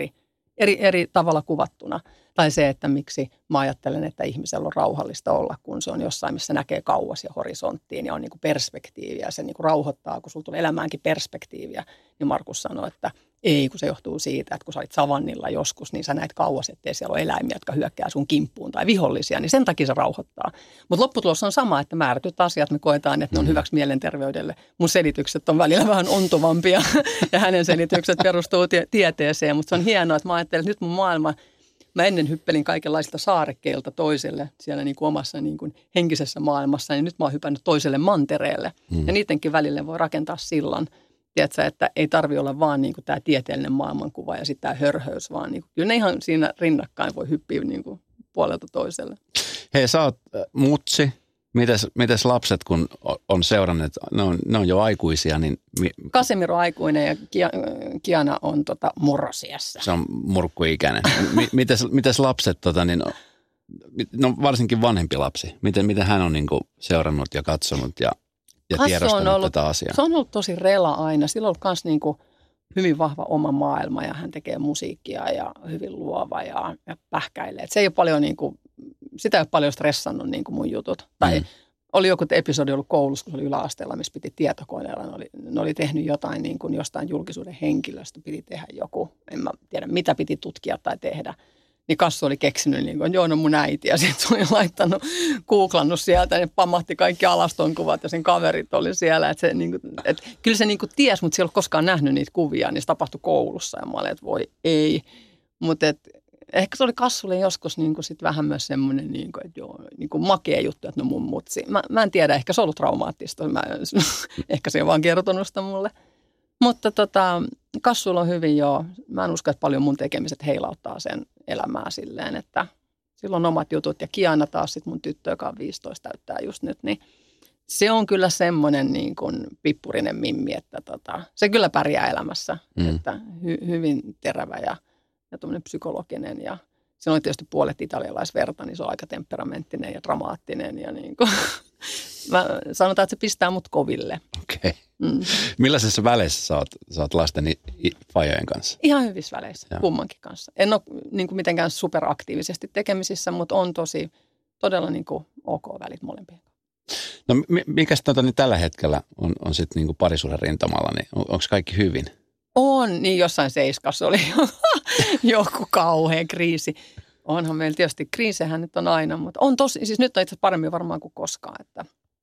eri tavalla kuvattuna. Tai se, että miksi mä ajattelen, että ihmisellä on rauhallista olla, kun se on jossain, missä näkee kauas ja horisonttiin ja on niin kuin perspektiiviä. Se niin kuin rauhoittaa, kun sulla tulee elämäänkin perspektiiviä. Niin Markus sanoi, että ei, kun se johtuu siitä, että kun sä olit savannilla joskus, niin sä näet kauas, ettei siellä ole eläimiä, jotka hyökkää sun kimppuun tai vihollisia, niin sen takia se rauhoittaa. Mutta lopputulos on sama, että määrätyt asiat me koetaan, että ne on hyväksi mielenterveydelle. Mun selitykset on välillä vähän ontuvampia ja hänen selitykset perustuu tieteeseen, mutta se on hienoa, että mä ajattelen, että nyt mun maailma, mä ennen hyppelin kaikenlaista saarekkeilta toiselle siellä niin kuin omassa niin kuin henkisessä maailmassa, niin nyt mä oon hypännyt toiselle mantereelle ja niidenkin välille voi rakentaa sillan. Tiedätkö, että ei tarvitse olla vaan niin kuin tämä tieteellinen maailmankuva ja sitten tämä hörhöys, vaan niin kuin, kyllä ne ihan siinä rinnakkain voi hyppiä niin kuin puolelta toiselle. Hei, sä oot mutsi. Mites lapset, kun on seurannut, ne on jo aikuisia, niin... Casemiro on aikuinen ja Kiana on murrosiässä. Se on murkkuikäinen. Mites lapset, no varsinkin vanhempi lapsi, miten hän on niin kuin seurannut ja katsonut ja tiedostanut tätä asiaa? Se on ollut tosi rela aina. Sillä on ollut myös niin kuin hyvin vahva oma maailma ja hän tekee musiikkia ja hyvin luova ja pähkäilee. Et se ei ole paljon niin kuin, sitä ei ole paljon stressannut niin kuin mun jutut. Tai Oli joku episodi ollut koulussa, kun se oli yläasteella, missä piti tietokoneella. Ne oli tehnyt jotain niin kuin jostain julkisuuden henkilöstä, piti tehdä joku, en mä tiedä mitä piti tutkia tai tehdä. Niin Kassu oli keksinyt, niin kuin, joo, no mun äiti. Ja sitten se oli laittanut, googlannut sieltä, ja pamahti kaikki alastonkuvat ja sen kaverit oli siellä. Että se, niin kuin, että kyllä se niin kuin tiesi, mutta se ei ollut koskaan nähnyt niitä kuvia, niin se tapahtui koulussa. Ja mä olin, että voi ei. Mutta ehkä se oli Kassulle joskus niin kuin sit vähän myös semmoinen, niin kuin, että joo, niin kuin makea juttu, että no mun mutsi. Mä en tiedä, ehkä se on ollut traumaattista. Ehkä se ei vaan kertonut sitä mulle. Mutta Kassulla on hyvin joo. Mä en usko, että paljon mun tekemiset heilauttaa sen elämää silleen, että silloin omat jutut. Ja Kiana taas sit mun tyttö, joka on 15 täyttää just nyt, niin se on kyllä semmoinen niin kuin pippurinen mimmi, että se kyllä pärjää elämässä. Että hyvin terävä ja tuommoinen psykologinen ja siinä oli tietysti puolet italialaisverta, niin se on aika temperamenttinen ja dramaattinen ja niin kuin sanotaan, että se pistää mut koville. Okei. Millaisessa väleissä sä oot lasteni fajojen kanssa? Ihan hyvissä väleissä, kummankin kanssa. En ole niin kuin mitenkään superaktiivisesti tekemisissä, mutta on todella niin kuin ok välit molempien. No mikäs niin tällä hetkellä on sitten niin parisuuden rintamalla, niin onko kaikki hyvin? On, niin jossain seiskassa oli joku kauhea kriisi. Onhan meillä tietysti, kriisejähän nyt on aina, mutta on tosi, siis nyt on itse asiassa paremmin varmaan kuin koskaan, että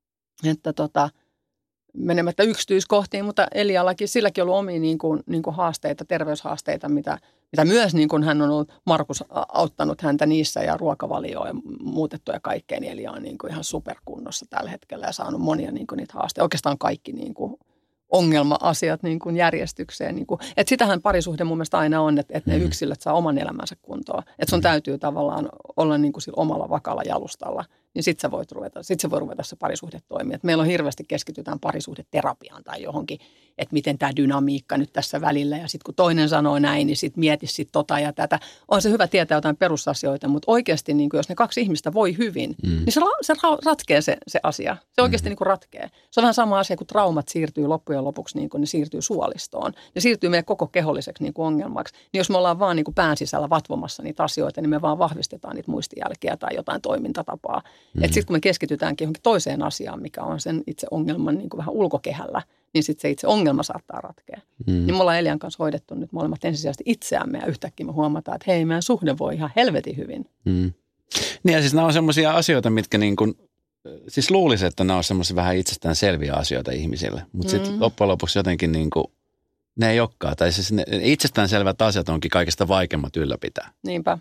menemättä yksityiskohtiin, mutta Eliallakin, silläkin on ollut omia niin kuin haasteita, terveyshaasteita, mitä myös niin kuin hän on ollut, Markus auttanut häntä niissä ja ruokavalioa ja muutettu ja kaikkea, niin Elia on niin kuin ihan superkunnossa tällä hetkellä ja saanut monia niin kuin niitä haasteita. Oikeastaan kaikki niin kuin ongelma-asiat niin kuin järjestykseen. Niin kuin, että sitähän parisuhde mun mielestä aina on, että ne yksilöt saa oman elämänsä kuntoon. Että sun täytyy tavallaan olla niin kuin sillä omalla vakalla jalustalla, niin sit se voi ruveta se parisuhde toimia. Et meillä on hirveästi keskitytään parisuhdeterapiaan tai johonkin, että miten tämä dynamiikka nyt tässä välillä. Ja sitten kun toinen sanoo näin, niin sitten mieti sit ja tätä. On se hyvä tietää jotain perusasioita, mutta oikeasti niin kuin jos ne kaksi ihmistä voi hyvin, niin se ratkee se asia. Se oikeasti niin kuin ratkee. Se on vähän sama asia, kun traumat siirtyy loppujen lopuksi, niin kuin ne siirtyy suolistoon. Ne siirtyy meidän koko keholliseksi niin kuin ongelmaksi. Niin jos me ollaan vaan niin kuin pään sisällä vatvomassa niitä asioita, niin me vaan vahvistetaan niitä muistijälkeä tai jotain toimintatapaa. Että sitten kun me keskitytäänkin johonkin toiseen asiaan, mikä on sen itse ongelman niin kuin vähän ulkokehällä, niin sitten se itse ongelma saattaa ratkea. Niin me ollaan Elian kanssa hoidettu nyt molemmat ensisijaisesti itseämme ja yhtäkkiä me huomataan, että hei, meidän suhde voi ihan helvetin hyvin. Niin ja siis nämä on semmoisia asioita, mitkä niin kuin, siis luulisi, että nämä on semmoisia vähän itsestään selviä asioita ihmisille. Mutta sitten loppujen lopuksi jotenkin niin kuin, ne ei olekaan. Tai siis ne itsestään selvät asiat onkin kaikista vaikeimmat ylläpitää. Niinpä.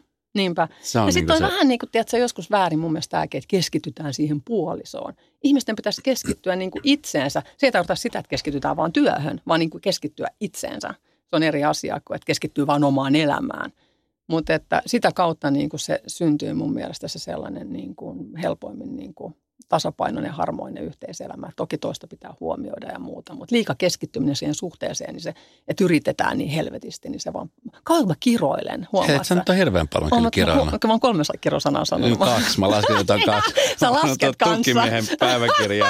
Ja sitten on vähän niin kuin, tiedätkö, joskus väärin mun mielestä tämäkin, että keskitytään siihen puolisoon. Ihmisten pitäisi keskittyä niin kuin itseensä. Se ei tarkoita sitä, että keskitytään vaan työhön, vaan niin kuin keskittyä itseensä. Se on eri asia kuin, että keskittyy vaan omaan elämään. Mutta että sitä kautta niin kuin se syntyy mun mielestä se sellainen niin kuin helpoimmin niin kuin tasapainoinen, harmoinen yhteiselämä. Toki toista pitää huomioida ja muuta, mutta liika keskittyminen siihen suhteeseen, niin se, että yritetään niin helvetisti, niin se vaan, kauan mä kiroilen, huomaat sä? Nyt on hirveän paljon kyllä kiroilla. Mä oon 3 kirosanaa sanonut. 2, mä lasken jotain 2. Sä lasket kanssa. Tukimiehen päiväkirja.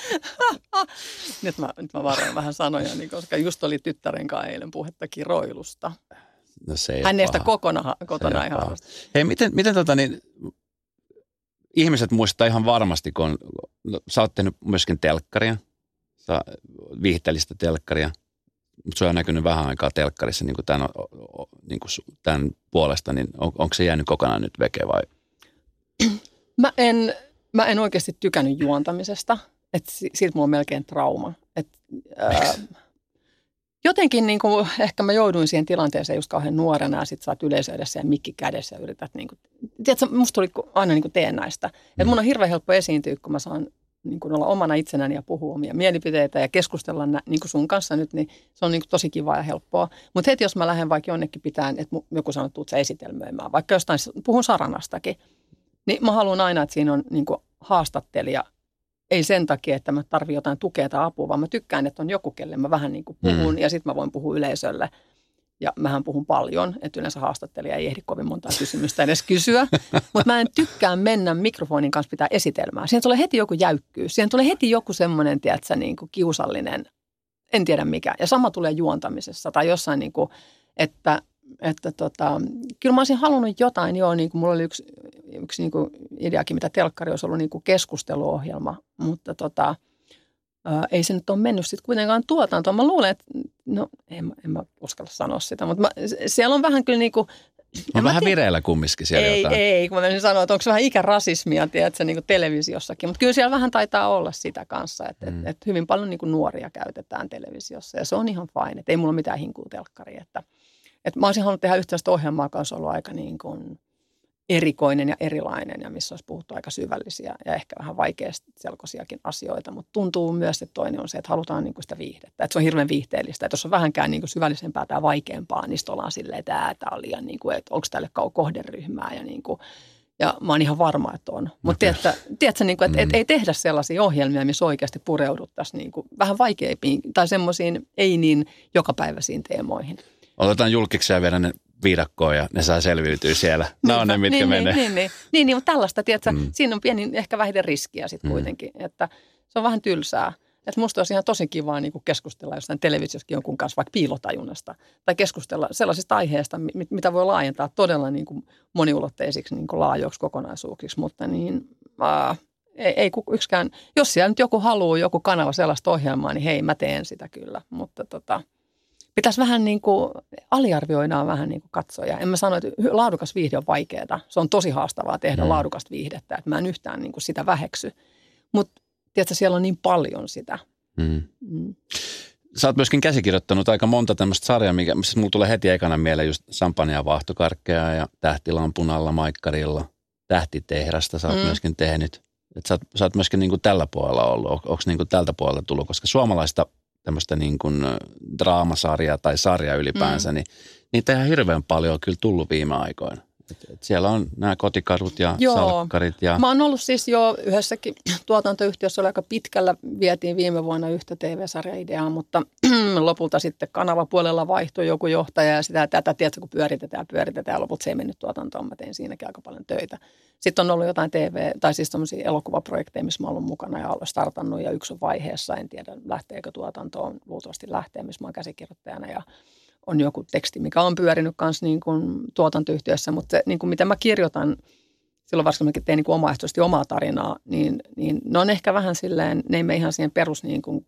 Nyt mä varoin vähän sanoja, niin koska just oli tyttären kanssa eilen puhetta kiroilusta. No se ei hän ei sitä kotona ihan harrasta. Hei, miten ihmiset muistaa ihan varmasti, kun sä oot tehnyt myöskin telkkaria, viihteellistä telkkaria, mutta se on näkynyt vähän aikaa telkkarissa niin kuin tämän puolesta, niin onko se jäänyt kokonaan nyt veke vai? Mä en oikeasti tykännyt juontamisesta, että siitä mulla on melkein trauma. Jotenkin niin kuin, ehkä mä jouduin siihen tilanteeseen just kauhean nuorena ja sit sä oot yleisö edessä ja mikki kädessä ja yrität niin kuin, tiedätkö, musta tuli aina niin kuin teen näistä. Että mun on hirveän helppo esiintyä, kun mä saan niin kuin olla omana itsenäni ja puhua omia mielipiteitä ja keskustella niin kuin sun kanssa nyt, niin se on niin kuin tosi kiva ja helppoa. Mutta heti jos mä lähden vaikka jonnekin pitään, että joku sanoo, että tuut sä esitelmöimään, vaikka jostain puhun saranastakin, niin mä haluan aina, että siinä on niin kuin haastattelija. Ei sen takia, että mä tarvitsen jotain tukea tai apua, vaan mä tykkään, että on joku, kelle mä vähän niin kuin puhun ja sitten mä voin puhua yleisölle. Ja mähän puhun paljon, että yleensä haastattelija ei ehdi kovin montaa kysymystä edes kysyä. Mutta mä en tykkää mennä mikrofonin kanssa pitää esitelmää. Siihen tulee heti joku jäykkyys. Siihen tulee heti joku semmoinen, tiedätkö, niin kuin kiusallinen, en tiedä mikä. Ja sama tulee juontamisessa tai jossain, niin kuin, että kyllä mä olisin halunnut jotain, niin kuin mulla oli yksi niin kuin ideakin, mitä telkkari olisi ollut niin kuin keskusteluohjelma, mutta ei se nyt ole mennyt sitten kuitenkaan tuotantoon. Mä luulen, että, no en mä uskalla sanoa sitä, mutta siellä on vähän kyllä niinku... On vähän vireillä kumminkin siellä jotain. Ei, kun mä menisin sanoa, että onko se vähän ikärasismia, tiedätkö, niin kuin televisiossakin. Mutta kyllä siellä vähän taitaa olla sitä kanssa, että et hyvin paljon niin kuin nuoria käytetään televisiossa ja se on ihan fine. Että ei mulla ole mitään hinkua telkkariin. Että mä olisin halunnut tehdä yhteistä ohjelmaa, joka olisi ollut aika niin kuin erikoinen ja erilainen ja missä olisi puhuttu aika syvällisiä ja ehkä vähän vaikeaselkoisiakin asioita. Mutta tuntuu myös, että toinen on se, että halutaan niin kuin sitä viihdettä. Että se on hirveän viihteellistä. Että jos on vähänkään niin kuin syvällisempää tai vaikeampaa, niin sitten ollaan silleen, että tämä on liian, niin kuin, että onko tälle kohderyhmää. Ja mä oon ihan varma, että on. Mutta tiedätkö, niin kuin, että ei tehdä sellaisia ohjelmia, missä oikeasti pureuduttaisiin niin kuin vähän vaikeampiin tai semmoisiin ei niin jokapäiväisiin teemoihin. Otetaan julkiksi ja viedä ne viidakkoon ja ne saa selviytyä siellä. Nämä on ne, mitkä menee. Niin, mutta tällaista, tiedätkö, siinä on pieni ehkä vähiten riskiä sitten kuitenkin, että se on vähän tylsää. Että musta olisi ihan tosi kivaa niin kuin keskustella jostain televisiossakin jonkun kanssa vaikka piilotajunnasta tai keskustella sellaisista aiheista, mitä voi laajentaa todella niin kuin moniulotteisiksi niin kuin laajoiksi kokonaisuuksiksi, mutta niin ei yksikään, jos siellä nyt joku haluaa, joku kanava sellaista ohjelmaa, niin hei, mä teen sitä kyllä, mutta pitäisi vähän niin kuin, aliarvioidaan vähän niin kuin katsoja. En mä sano, että laadukas viihde on vaikeaa. Se on tosi haastavaa tehdä laadukasta viihdettä, että mä en yhtään niin kuin sitä väheksy. Mutta tiedätkö, siellä on niin paljon sitä. Sä oot myöskin käsikirjoittanut aika monta tämmöistä sarjaa, missä mulla tulee heti ekana mieleen just Sampania vaahtokarkkeja ja Tähtilampun alla Maikkarilla. Tähtitehdasta sä oot myöskin tehnyt. Että sä oot myöskin niin kuin tällä puolella ollut. Onko niin kuin tältä puolelta tullut? Koska suomalaista tämmöistä niin kuin draamasarjaa tai sarjaa ylipäänsä, niin niitä ihan hirveän paljon on kyllä tullut viime aikoina. Et siellä on nämä kotikadut ja salkkarit. Ja... Mä oon ollut siis jo yhdessäkin tuotantoyhtiössä, oli aika pitkällä, vietiin viime vuonna yhtä TV-sarjaideaa, mutta lopulta sitten kanavapuolella vaihtui joku johtaja ja sitä tätä, tiedätkö, kun pyöritetään ja lopulta se ei mennyt tuotantoon, mä tein siinäkin aika paljon töitä. Sitten on ollut jotain tai siis tämmöisiä elokuvaprojekteja, missä mä oon ollut mukana ja olen startannut ja yksi on vaiheessa, en tiedä lähteekö tuotantoon, luultavasti lähtee, missä mä oon käsikirjoittajana ja on joku teksti, mikä on pyörinyt kanssa niin kuin tuotantoyhtiössä, mutta se, niin kuin mitä mä kirjoitan, silloin varsinkin kun tein niin kuin omaehtoisesti omaa tarinaa, niin ne on ehkä vähän silleen, ne ei mene ihan siihen perus niin kuin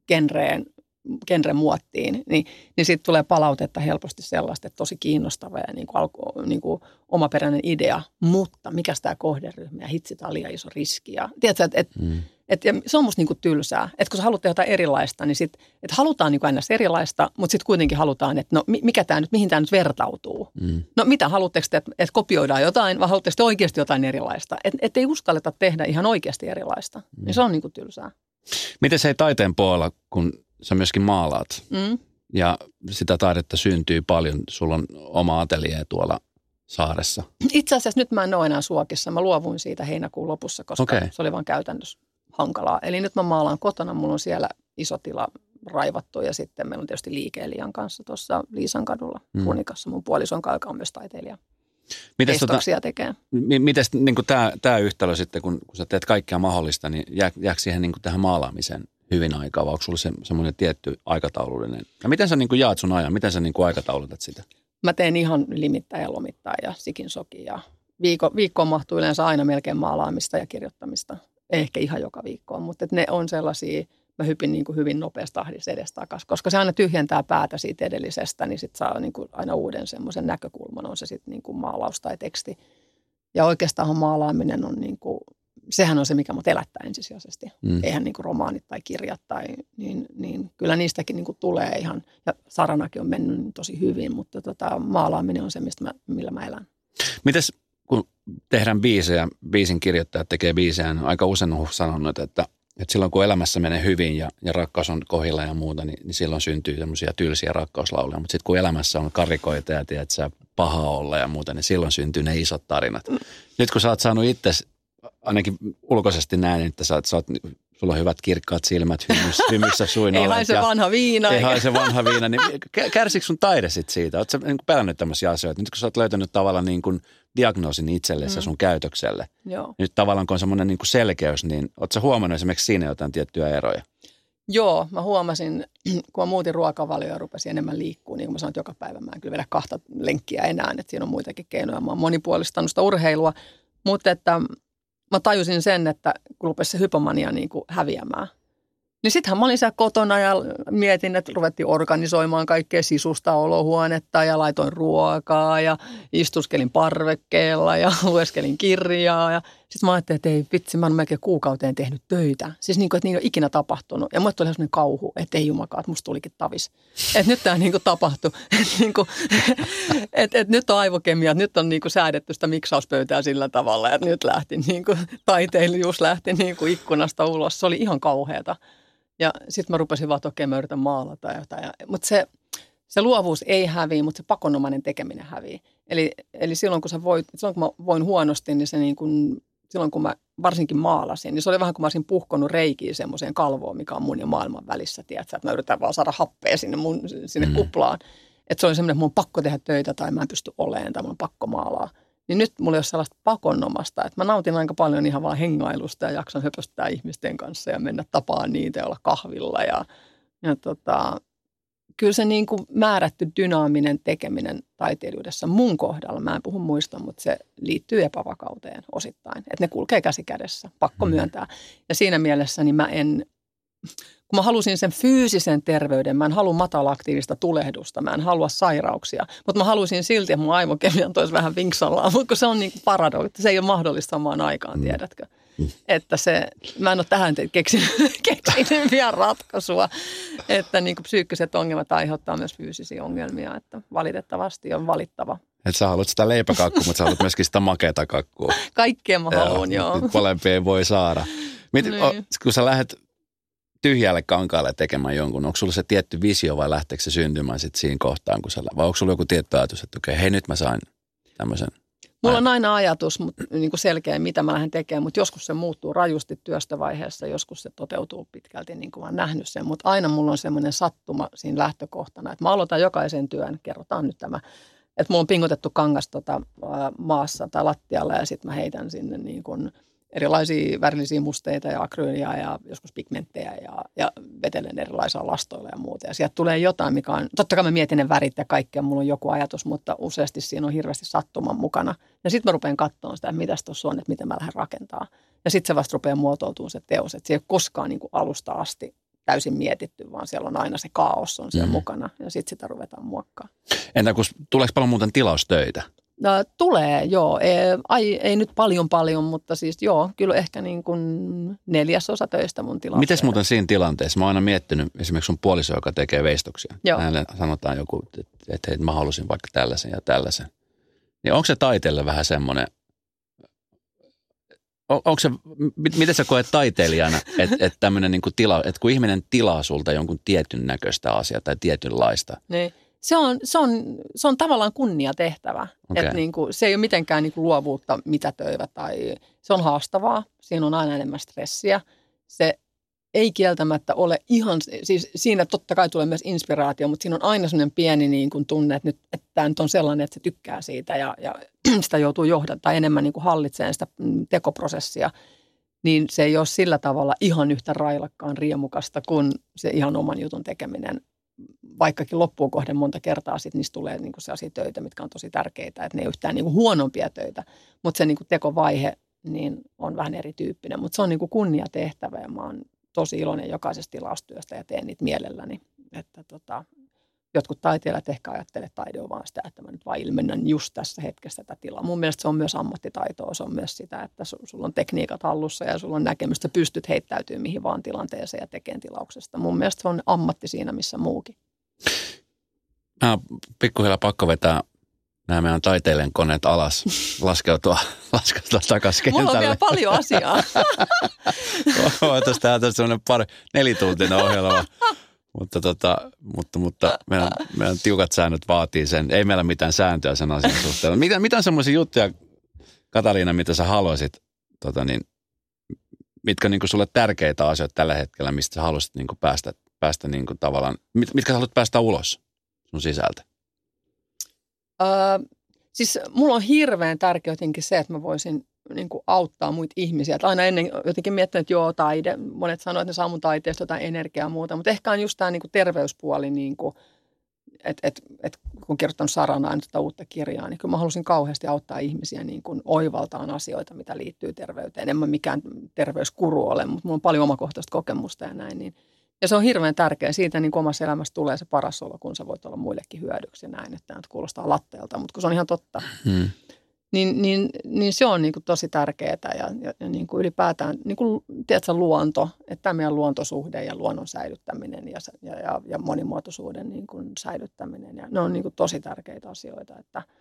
genren muottiin, niin siitä tulee palautetta helposti sellaista, että tosi kiinnostava ja niin kuin omaperäinen idea, mutta mikä tämä kohderyhmä ja hitsi, tämä on liian iso riski. Ja, tiedätkö, että se on musta niinku tylsää, että kun sä haluat tehdä jotain erilaista, niin sit, että halutaan niinku aina erilaista, mutta sitten kuitenkin halutaan, että no mikä tämä nyt, mihin tämä nyt vertautuu. No mitä, haluatteko te, että kopioidaan jotain, vai haluatteko te oikeasti jotain erilaista? Että ei uskalleta tehdä ihan oikeasti erilaista, niin se on niinku tylsää. Miten se ei taiteen puolella, kun sä myöskin maalaat ja sitä taidetta syntyy paljon, sulla on oma ateljee tuolla saaressa? Itse asiassa nyt mä en ole enää Suokissa, mä luovuin siitä heinäkuun lopussa, koska se oli vaan käytännössä hankalaa. Eli nyt mä maalaan kotona, mulla on siellä iso tila raivattu ja sitten meillä on tietysti liike Elian kanssa tuossa Liisan kadulla Runikassa. Mun puolison kanssa, joka on myös taiteilija. Teistoksia tekee. Miten niin tämä yhtälö sitten, kun sä teet kaikkea mahdollista, niin jääkö siihen niin tähän maalaamiseen hyvin aikaa, vai onko sulla semmoinen tietty aikataulullinen? Ja miten sä niin jaat sun ajan? Miten sä niin aikataulutat sitä? Mä teen ihan limittäin ja lomittain ja sikin soki ja viikkoon mahtuu yleensä aina melkein maalaamista ja kirjoittamista. Ehkä ihan joka viikkoon, mutta ne on sellaisia, mä hypin niin kuin hyvin nopeassa tahdissa edestakaisin, koska se aina tyhjentää päätä siitä edellisestä, niin sitten saa niin kuin aina uuden semmoisen näkökulman, on se sitten niin kuin maalaus tai teksti. Ja oikeastaan maalaaminen on niin kuin, sehän on se, mikä mut elättää ensisijaisesti. Eihän niin kuin romaanit tai kirjat tai niin kyllä niistäkin niin kuin tulee ihan, ja saranakin on mennyt tosi hyvin, mutta maalaaminen on se, millä mä elän. Mites kun tehdään biisejä, biisin kirjoittajat tekee biisejä, niin aika usein on sanonut, että silloin kun elämässä menee hyvin ja rakkaus on kohdilla ja muuta, niin silloin syntyy semmoisia tylsiä rakkauslauluja. Mutta sitten kun elämässä on karikoita ja tiedät, sä paha olla ja muuta, niin silloin syntyy ne isot tarinat. Nyt kun sä oot saanut itse, ainakin ulkoisesti näin, että sulla on hyvät kirkkaat silmät, hymyssä suin. Ei haise vanha viina. Ei haise vanha viina. Niin kärsikö sun taide sit siitä? Oletko sä niin pelännyt tämmöisiä asioita? Nyt kun sä oot löytänyt tavallaan niin kuin diagnoosin itsellesi ja sun käytökselle, nyt tavallaan kun on semmoinen niin kuin selkeys, niin ootko sä huomannut esimerkiksi siinä jotain tiettyjä eroja? Joo, mä huomasin, kun mä muutin ruokavalioon ja rupesin enemmän liikkua, niin kuin mä sanoin, että joka päivä mä en kyllä vedä 2 lenkkiä enää, että siinä on muitakin keinoja. Mä oon monipuolistanut sitä urheilua, mutta että mä tajusin sen, että kun rupesi se hypomania niin kuin häviämään. Niin sittenhän mä olin siellä kotona ja mietin, että ruvettiin organisoimaan kaikkea sisusta olohuonetta ja laitoin ruokaa ja istuskelin parvekkeella ja lueskelin kirjaa. Ja sitten mä ajattelin, että ei vitsi, mä oon melkein kuukauteen tehnyt töitä. Siis niin kuin, että niin ei ole ikinä tapahtunut. Ja mulle tuli sellainen kauhu, että ei jumakaan, että musta tulikin tavis. Että nyt tämä niin kuin tapahtui. Että nyt on aivokemia, että nyt on niin kuin säädetty sitä miksauspöytää sillä tavalla, että nyt lähti niin kuin taiteilijuus lähti niin kuin ikkunasta ulos. Se oli ihan kauheata. Ja sitten mä rupesin vaan, että okei, mä yritän maalata jotain. Mutta se luovuus ei häviä, mutta se pakonomainen tekeminen hävii. Eli silloin, kun mä voin huonosti, niin se niin kun, silloin kun mä varsinkin maalasin, niin se oli vähän kuin mä olisin puhkonut reikiä semmoiseen kalvoon, mikä on mun ja maailman välissä. Tiedätkö? Että mä yritän vaan saada happea sinne kuplaan. Että se oli semmoinen, että mun on pakko tehdä töitä tai mä en pysty olemaan tai mun on pakko maalaa. Niin nyt mulla ei ole sellaista pakonomasta, että mä nautin aika paljon ihan vaan hengailusta ja jaksan höpöstää ihmisten kanssa ja mennä tapaan niitä ja olla kahvilla. Ja kyllä se niin kuin määrätty dynaaminen tekeminen taiteilijuudessa mun kohdalla, mä en puhu muista, mutta se liittyy epävakauteen osittain. Että ne kulkee käsi kädessä, pakko myöntää. Ja siinä mielessä niin kun mä halusin sen fyysisen terveyden, mä en halua matala-aktiivista tulehdusta, mä en halua sairauksia, mutta mä halusin silti, että mun aivokemian toisi vähän vinksallaan, mutta se on niin kuin paradoksi, se ei ole mahdollista samaan aikaan, tiedätkö? Että mä en ole tähän keksinyt vielä ratkaisua, että niin kuin psyykkiset ongelmat aiheuttaa myös fyysisiä ongelmia, että valitettavasti on valittava. Että sä haluat sitä leipäkakkua, mutta sä haluat myöskin sitä makeata kakkua. Kaikkea mä haluan, joo. Molempia ei voi saada. Kun sä lähdet tyhjälle kankaalle tekemään jonkun, onko sulla se tietty visio vai lähteekö se syntymään sitten siinä kohtaan, vai onko sulla joku tietty ajatus, että okei, hei nyt mä sain tämmöisen. Mulla on aina ajatus, mutta niin kuin selkeä, mitä mä lähden tekemään, mutta joskus se muuttuu rajusti työstövaiheessa, joskus se toteutuu pitkälti, niin kuin mä oon nähnyt sen, mutta aina mulla on semmoinen sattuma siinä lähtökohtana, että mä aloitan jokaisen työn, kerrotaan nyt tämä, että mulla on pingotettu kangas maassa tai lattialla ja sitten mä heitän sinne niin kuin erilaisia värillisiä musteita ja akryyliä ja joskus pigmenttejä ja vetelen erilaisilla lastoilla ja muuta. Ja sieltä tulee jotain, mikä on, totta kai mä mietin ne värit ja kaikkea, mulla on joku ajatus, mutta useasti siinä on hirveästi sattuman mukana. Ja sitten mä rupean katsomaan sitä, että mitäs tuossa on, että miten mä lähden rakentaa. Ja sitten se vasta rupeaa muotoutumaan se teos, että se ei ole koskaan niin kuin alusta asti täysin mietitty, vaan siellä on aina se kaos on siellä mukana ja sitten sitä ruvetaan muokkaamaan. Entä kun tuleeko paljon muuten tilaustöitä? Tulee, joo. Ei nyt paljon, mutta siis joo, kyllä ehkä niin kuin 4/4 töistä mun tilaustöitä. Mites muuten siinä tilanteessa? Mä oon aina miettinyt esimerkiksi sun puoliso, joka tekee veistoksia. Hänelle sanotaan joku, että hei, mä halusin vaikka tällaisen ja tällaisen. Niin onko se taiteelle vähän semmoinen, miten sä koet taiteilijana, että tämmöinen niin kuin että kun ihminen tilaa sulta jonkun tietyn näköistä asiaa tai tietynlaista. Niin. Se on tavallaan kunniatehtävä. Okay. Että niin kuin, se ei ole mitenkään niin kuin luovuutta mitätöivä tai se on haastavaa. Siinä on aina enemmän stressiä. Se ei kieltämättä ole ihan, siis siinä totta kai tulee myös inspiraatio, mutta siinä on aina sellainen pieni niin kuin tunne, että tämä nyt on sellainen, että se tykkää siitä ja sitä joutuu johdamaan tai enemmän niin kuin hallitsemaan sitä tekoprosessia. Niin se ei ole sillä tavalla ihan yhtä railakkaan riemukasta kuin se ihan oman jutun tekeminen. Vaikkakin loppuun kohden monta kertaa sitten niistä tulee niinku sellaisia töitä, mitkä on tosi tärkeitä, että ne ei ole yhtään niinku huonompia töitä, mutta se niinku tekovaihe niin on vähän erityyppinen, mutta se on niinku kunniatehtävä ja mä oon tosi iloinen jokaisesta tilaustyöstä ja teen niitä mielelläni, että jotkut taiteilijat ehkä ajattelee, että taide on vaan sitä, että mä nyt vaan ilmennän just tässä hetkessä tätä tilaa. Mun mielestä se on myös ammattitaitoa, se on myös sitä, että sulla on tekniikat hallussa ja sulla on näkemystä, pystyt heittäytyy mihin vaan tilanteeseen ja tekemään tilauksesta. Mun mielestä se on ammatti siinä, missä muukin. Pikkuhiljaa pakko vetää nämä meidän taiteilijan koneet alas, laskeutua takaisin kentälle. Mulla on vielä paljon asiaa. Voitaisiin tehdä semmoinen 4-tuntinen ohjelma. Mutta meidän tiukat säännöt vaatii sen. Ei meillä mitään sääntöä sen asian suhteen. Mitä on semmoisia juttuja, Katariina, mitä sä haluaisit, mitkä on niin sulle tärkeitä asioita tällä hetkellä, mistä sä haluaisit niin päästä niin tavallaan, mitkä sä haluat päästä ulos sun sisältä? Siis mulla on hirveän tärkeä jotenkin se, että mä voisin niin kuin auttaa muita ihmisiä. Että aina ennen jotenkin miettinyt, että joo, taide. Monet sanoo, että ne saa mun taiteesta jotain energiaa ja muuta. Mutta ehkä on just tämä niin kuin terveyspuoli, niin kuin, kun kirjoittanut Saranaan tätä uutta kirjaa, niin kyllä mä halusin kauheasti auttaa ihmisiä niin kuin oivaltaan asioita, mitä liittyy terveyteen. En mä mikään terveyskuru ole, mutta mulla on paljon omakohtaista kokemusta ja näin. Niin. Ja se on hirveän tärkeää. Siitä niin kuin omassa elämässä tulee se paras olo, kun sä voit olla muillekin hyödyksi ja näin. Että tämä kuulostaa latteelta, mutta kun se on ihan totta. Niin se on niin kuin tosi tärkeää ja niin kuin ylipäätään niin kuin, tiedätkö, luonto, että tämä meidän luontosuhde ja luonnon säilyttäminen ja monimuotoisuuden niin kuin säilyttäminen. Ja ne on niin kuin tosi tärkeitä asioita,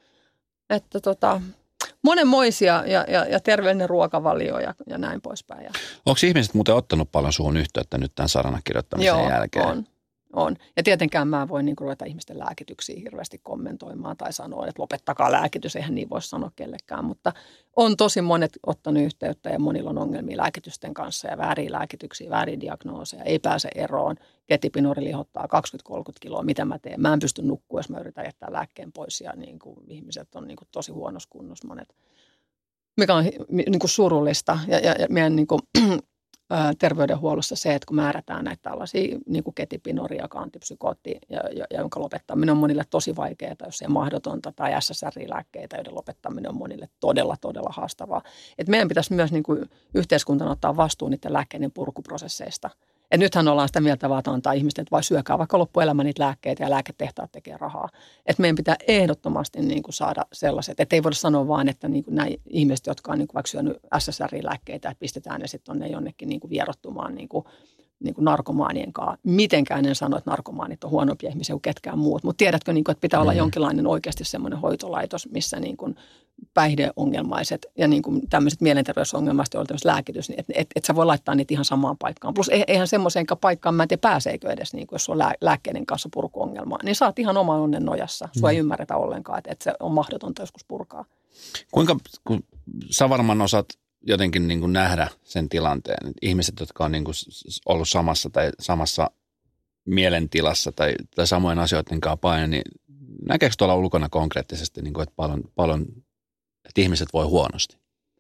että monenmoisia ja terveellinen ruokavalio ja näin poispäin. Onko ihmiset muuten ottanut paljon suhun yhteyttä nyt tämän Saranan kirjoittamisen jälkeen? On. Ja tietenkään mä voin niin kuin ruveta ihmisten lääkityksiä hirveästi kommentoimaan tai sanoa, että lopettakaa lääkitys, eihän niin voi sanoa kellekään. Mutta on tosi monet ottanut yhteyttä ja monilla on ongelmia lääkitysten kanssa ja vääriä lääkityksiä, vääriä diagnooseja, ei pääse eroon. Ketipinori lihottaa 20-30 kiloa, mitä mä teen? Mä en pysty nukkua, jos mä yritän jättää lääkkeen pois ja niin kuin ihmiset on niin kuin tosi huonossa kunnossa monet. Mikä on niin kuin surullista ja meidän niin kuin terveydenhuollossa se, että kun määrätään näitä tällaisia niin kuin ketipinoria, antipsykootti ja jonka lopettaminen on monille tosi vaikeaa, jos ei mahdotonta, tai SSRI-lääkkeitä, joiden lopettaminen on monille todella, todella haastavaa. Et meidän pitäisi myös niin kuin yhteiskuntana ottaa vastuun niiden lääkkeiden purkuprosesseista. Et nythän ollaan sitä mieltä, vaan antaa ihmisten, että vai syökää vaikka loppuelämä niitä lääkkeitä ja lääketehtaat tekee rahaa. Et meidän pitää ehdottomasti niin kuin saada sellaiset, että ei voida sanoa vaan, että niin kuin nämä ihmiset, jotka on niin kuin vaikka syönyt SSRI-lääkkeitä, että pistetään ne sitten tuonne jonnekin niin kuin vierottumaan niin kuin narkomaanien kanssa. Mitenkään en sano, että narkomaanit on huonompia ihmisiä kuin ketkään muut, mutta tiedätkö, niin kuin, että pitää olla jonkinlainen oikeasti semmoinen hoitolaitos, missä niin kuin päihdeongelmaiset ja niin kuin tämmöiset mielenterveysongelmaiset, joilla tämmöistä lääkitys, niin että sä voi laittaa niitä ihan samaan paikkaan. Plus eihän semmoiseenkaan paikkaan, mä en tiedä pääseekö edes, niin kuin jos on lääkkeiden kanssa purkuongelmaa, niin sä oot ihan oman onnen nojassa. Sua ei ymmärretä ollenkaan, että se on mahdotonta joskus purkaa. Kun sä varmaan osaat jotenkin niin kuin nähdä sen tilanteen, että ihmiset, jotka on niin kuin ollut samassa mielentilassa tai samojen asioiden kanssa paina, niin näkeekö tuolla ulkona konkreettisesti, niin kuin, että paljon että ihmiset voi huonosti?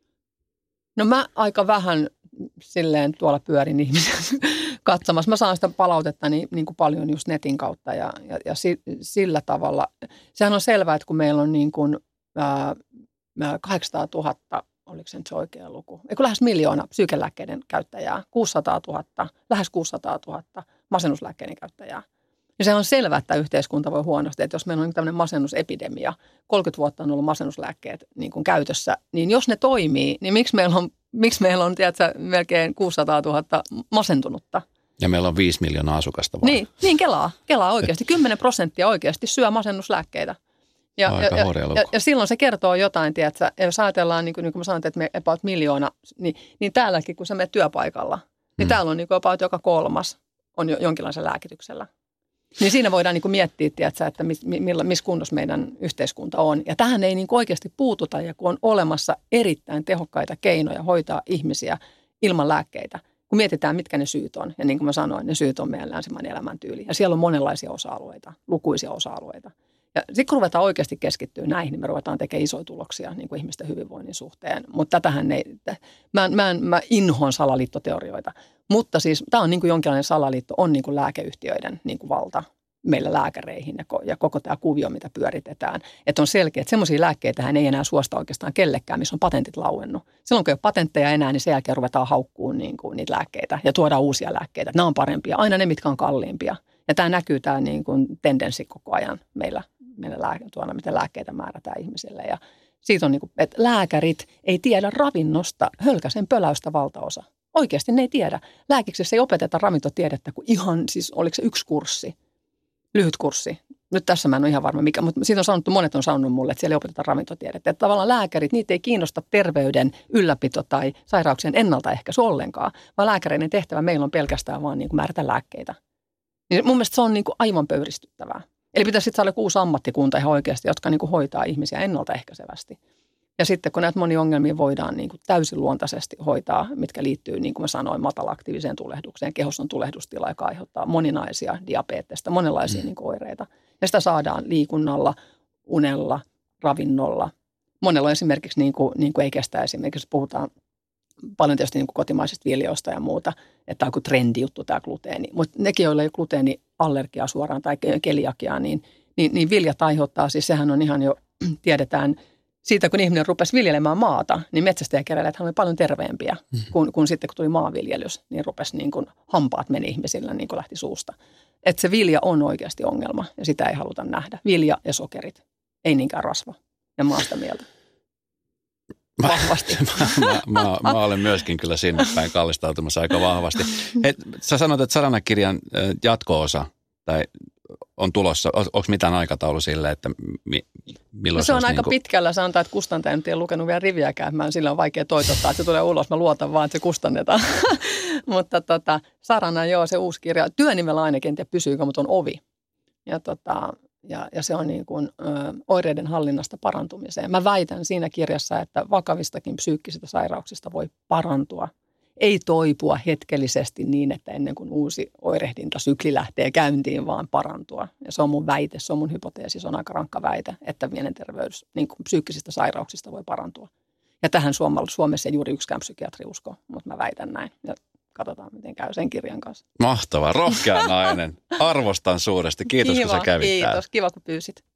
No mä aika vähän silleen tuolla pyörin ihmisiä katsomassa. Mä saan sitä palautetta niin kuin paljon just netin kautta ja sillä tavalla. Sehän on selvää, että kun meillä on niin kuin 800 000, oliko se nyt se oikea luku? Eikö lähes 1 miljoona psyykelääkkeiden käyttäjää, 600 000, lähes 600 000 masennuslääkkeiden käyttäjää. Ja se on selvää, että yhteiskunta voi huonosti, että jos meillä on tämmöinen masennusepidemia, 30 vuotta on ollut masennuslääkkeet niin kuin käytössä, niin jos ne toimii, niin miksi meillä on tiedätkö, melkein 600 000 masentunutta? Ja meillä on 5 miljoonaa asukasta vaan. Niin kelaa oikeasti. 10% oikeasti syö masennuslääkkeitä. Ja silloin se kertoo jotain, tiedätkö, jos ajatellaan, niin kuin mä sanoin, että me about 1 miljoona, niin täälläkin, kun sä menet työpaikalla, niin täällä on niin kuin about joka 3 on jonkinlaisen lääkityksellä. Niin siinä voidaan niin kuin miettiä, tiedätkö, että missä kunnossa meidän yhteiskunta on. Ja tähän ei niin kuin oikeasti puututa, ja kun on olemassa erittäin tehokkaita keinoja hoitaa ihmisiä ilman lääkkeitä, kun mietitään, mitkä ne syyt on. Ja niin kuin mä sanoin, ne syyt on meidän länsimainen elämäntyyli. Ja siellä on monenlaisia osa-alueita, lukuisia osa-alueita. Ja sitten kun ruvetaan oikeasti keskittyä näihin, niin me ruvetaan tekemään isoja tuloksia niin kuin ihmisten hyvinvoinnin suhteen. Mutta tätähän ei, mä inhoan salaliittoteorioita. Mutta siis tämä on niin kuin jonkinlainen salaliitto, on niin kuin lääkeyhtiöiden niin kuin valta meillä lääkäreihin ja koko tämä kuvio, mitä pyöritetään. Että on selkeä, että semmoisia lääkkeitähän ei enää suosta oikeastaan kellekään, missä on patentit lauennut. Silloin kun ei ole patentteja enää, niin sen jälkeen ruvetaan haukkuun niin kuin niitä lääkkeitä ja tuodaan uusia lääkkeitä. Nämä on parempia, aina ne, mitkä on kalliimpia. Ja tämä näkyy tämä niin kuin tendenssi koko ajan meillä tuona, miten lääkkeitä määrätään ihmisille. Ja siitä on niin kuin, että lääkärit ei tiedä ravinnosta hölkäsen pöläystä valtaosa. Oikeasti ne ei tiedä. Lääkiksessä ei opeteta ravintotiedettä, kuin ihan siis oliko se 1 kurssi, lyhyt kurssi. Nyt tässä mä en ole ihan varma mikä, mutta siitä on sanottu, monet on sanonut mulle, että siellä ei opeteta ravintotiedettä. Että tavallaan lääkärit, niitä ei kiinnosta terveyden ylläpito tai sairauksien ennaltaehkäisy ollenkaan, vaan lääkäreiden tehtävä meillä on pelkästään vaan niin kuin määrätä lääkkeitä. Niin mun mielestä se on niin kuin aivan pöyristyttävää. Eli pitäisi sitten saada 6 ammattikunta ihan oikeasti, jotka niin kuin hoitaa ihmisiä ennaltaehkäisevästi. Ja sitten kun näitä monia ongelmia voidaan niin kuin täysin luontaisesti hoitaa, mitkä liittyy, niin kuin mä sanoin, matala-aktiiviseen tulehdukseen. Kehossa on tulehdustila, joka aiheuttaa moninaisia diabeettista, monenlaisia niin kuin oireita. Ja sitä saadaan liikunnalla, unella, ravinnolla. Monella on esimerkiksi, niin kuin ei kestä esimerkiksi, puhutaan paljon tietysti niin kuin kotimaisista viljoista ja muuta, että tämä on kuin trendi juttu tämä gluteeni. Mutta nekin, joilla ei ole gluteeniallergiaa suoraan tai keliakiaa, niin niin viljat aiheuttaa, siis sehän on ihan jo, tiedetään, siitä kun ihminen rupesi viljelemään maata, niin metsästäjäkeräilijät oli paljon terveempiä kuin sitten kun tuli maanviljelys, niin rupesi niin kuin hampaat meni ihmisillä niin kuin lähti suusta. Että se vilja on oikeasti ongelma ja sitä ei haluta nähdä. Vilja ja sokerit, ei niinkään rasva. Ja mä oon sitä mieltä. Vahvasti. Mä olen myöskin kyllä sinne päin kallistautumassa aika vahvasti. Hei, sä sanoit, että Sarana-kirjan jatko-osa tai on tulossa. Onko mitään aikataulu sille, että milloin se on aika pitkällä. Sanotaan, että kustantaja nyt ei lukenut vielä riviäkään. Sillä on vaikea toitottaa, että se tulee ulos. Mä luotan vaan, että se kustannetaan. Mutta Sarana, joo, se uusi kirja. Työnimellä ainakin, en tiedä pysyykö, mutta on ovi. Ja se on niin kuin oireiden hallinnasta parantumiseen. Mä väitän siinä kirjassa, että vakavistakin psyykkisistä sairauksista voi parantua. Ei toipua hetkellisesti niin, että ennen kuin uusi oirehdintasykli lähtee käyntiin, vaan parantua. Ja se on mun väite, se on mun hypoteesi, se on aika rankka väite, että mielenterveys niin kuin psyykkisistä sairauksista voi parantua. Ja tähän Suomessa ei juuri yksikään psykiatri usko, mutta mä väitän näin. Ja katsotaan, miten käy sen kirjan kanssa. Mahtava, rohkea nainen. Arvostan suuresti. Kiitos, kun sä kävit täällä. Kiitos, kiva kun pyysit.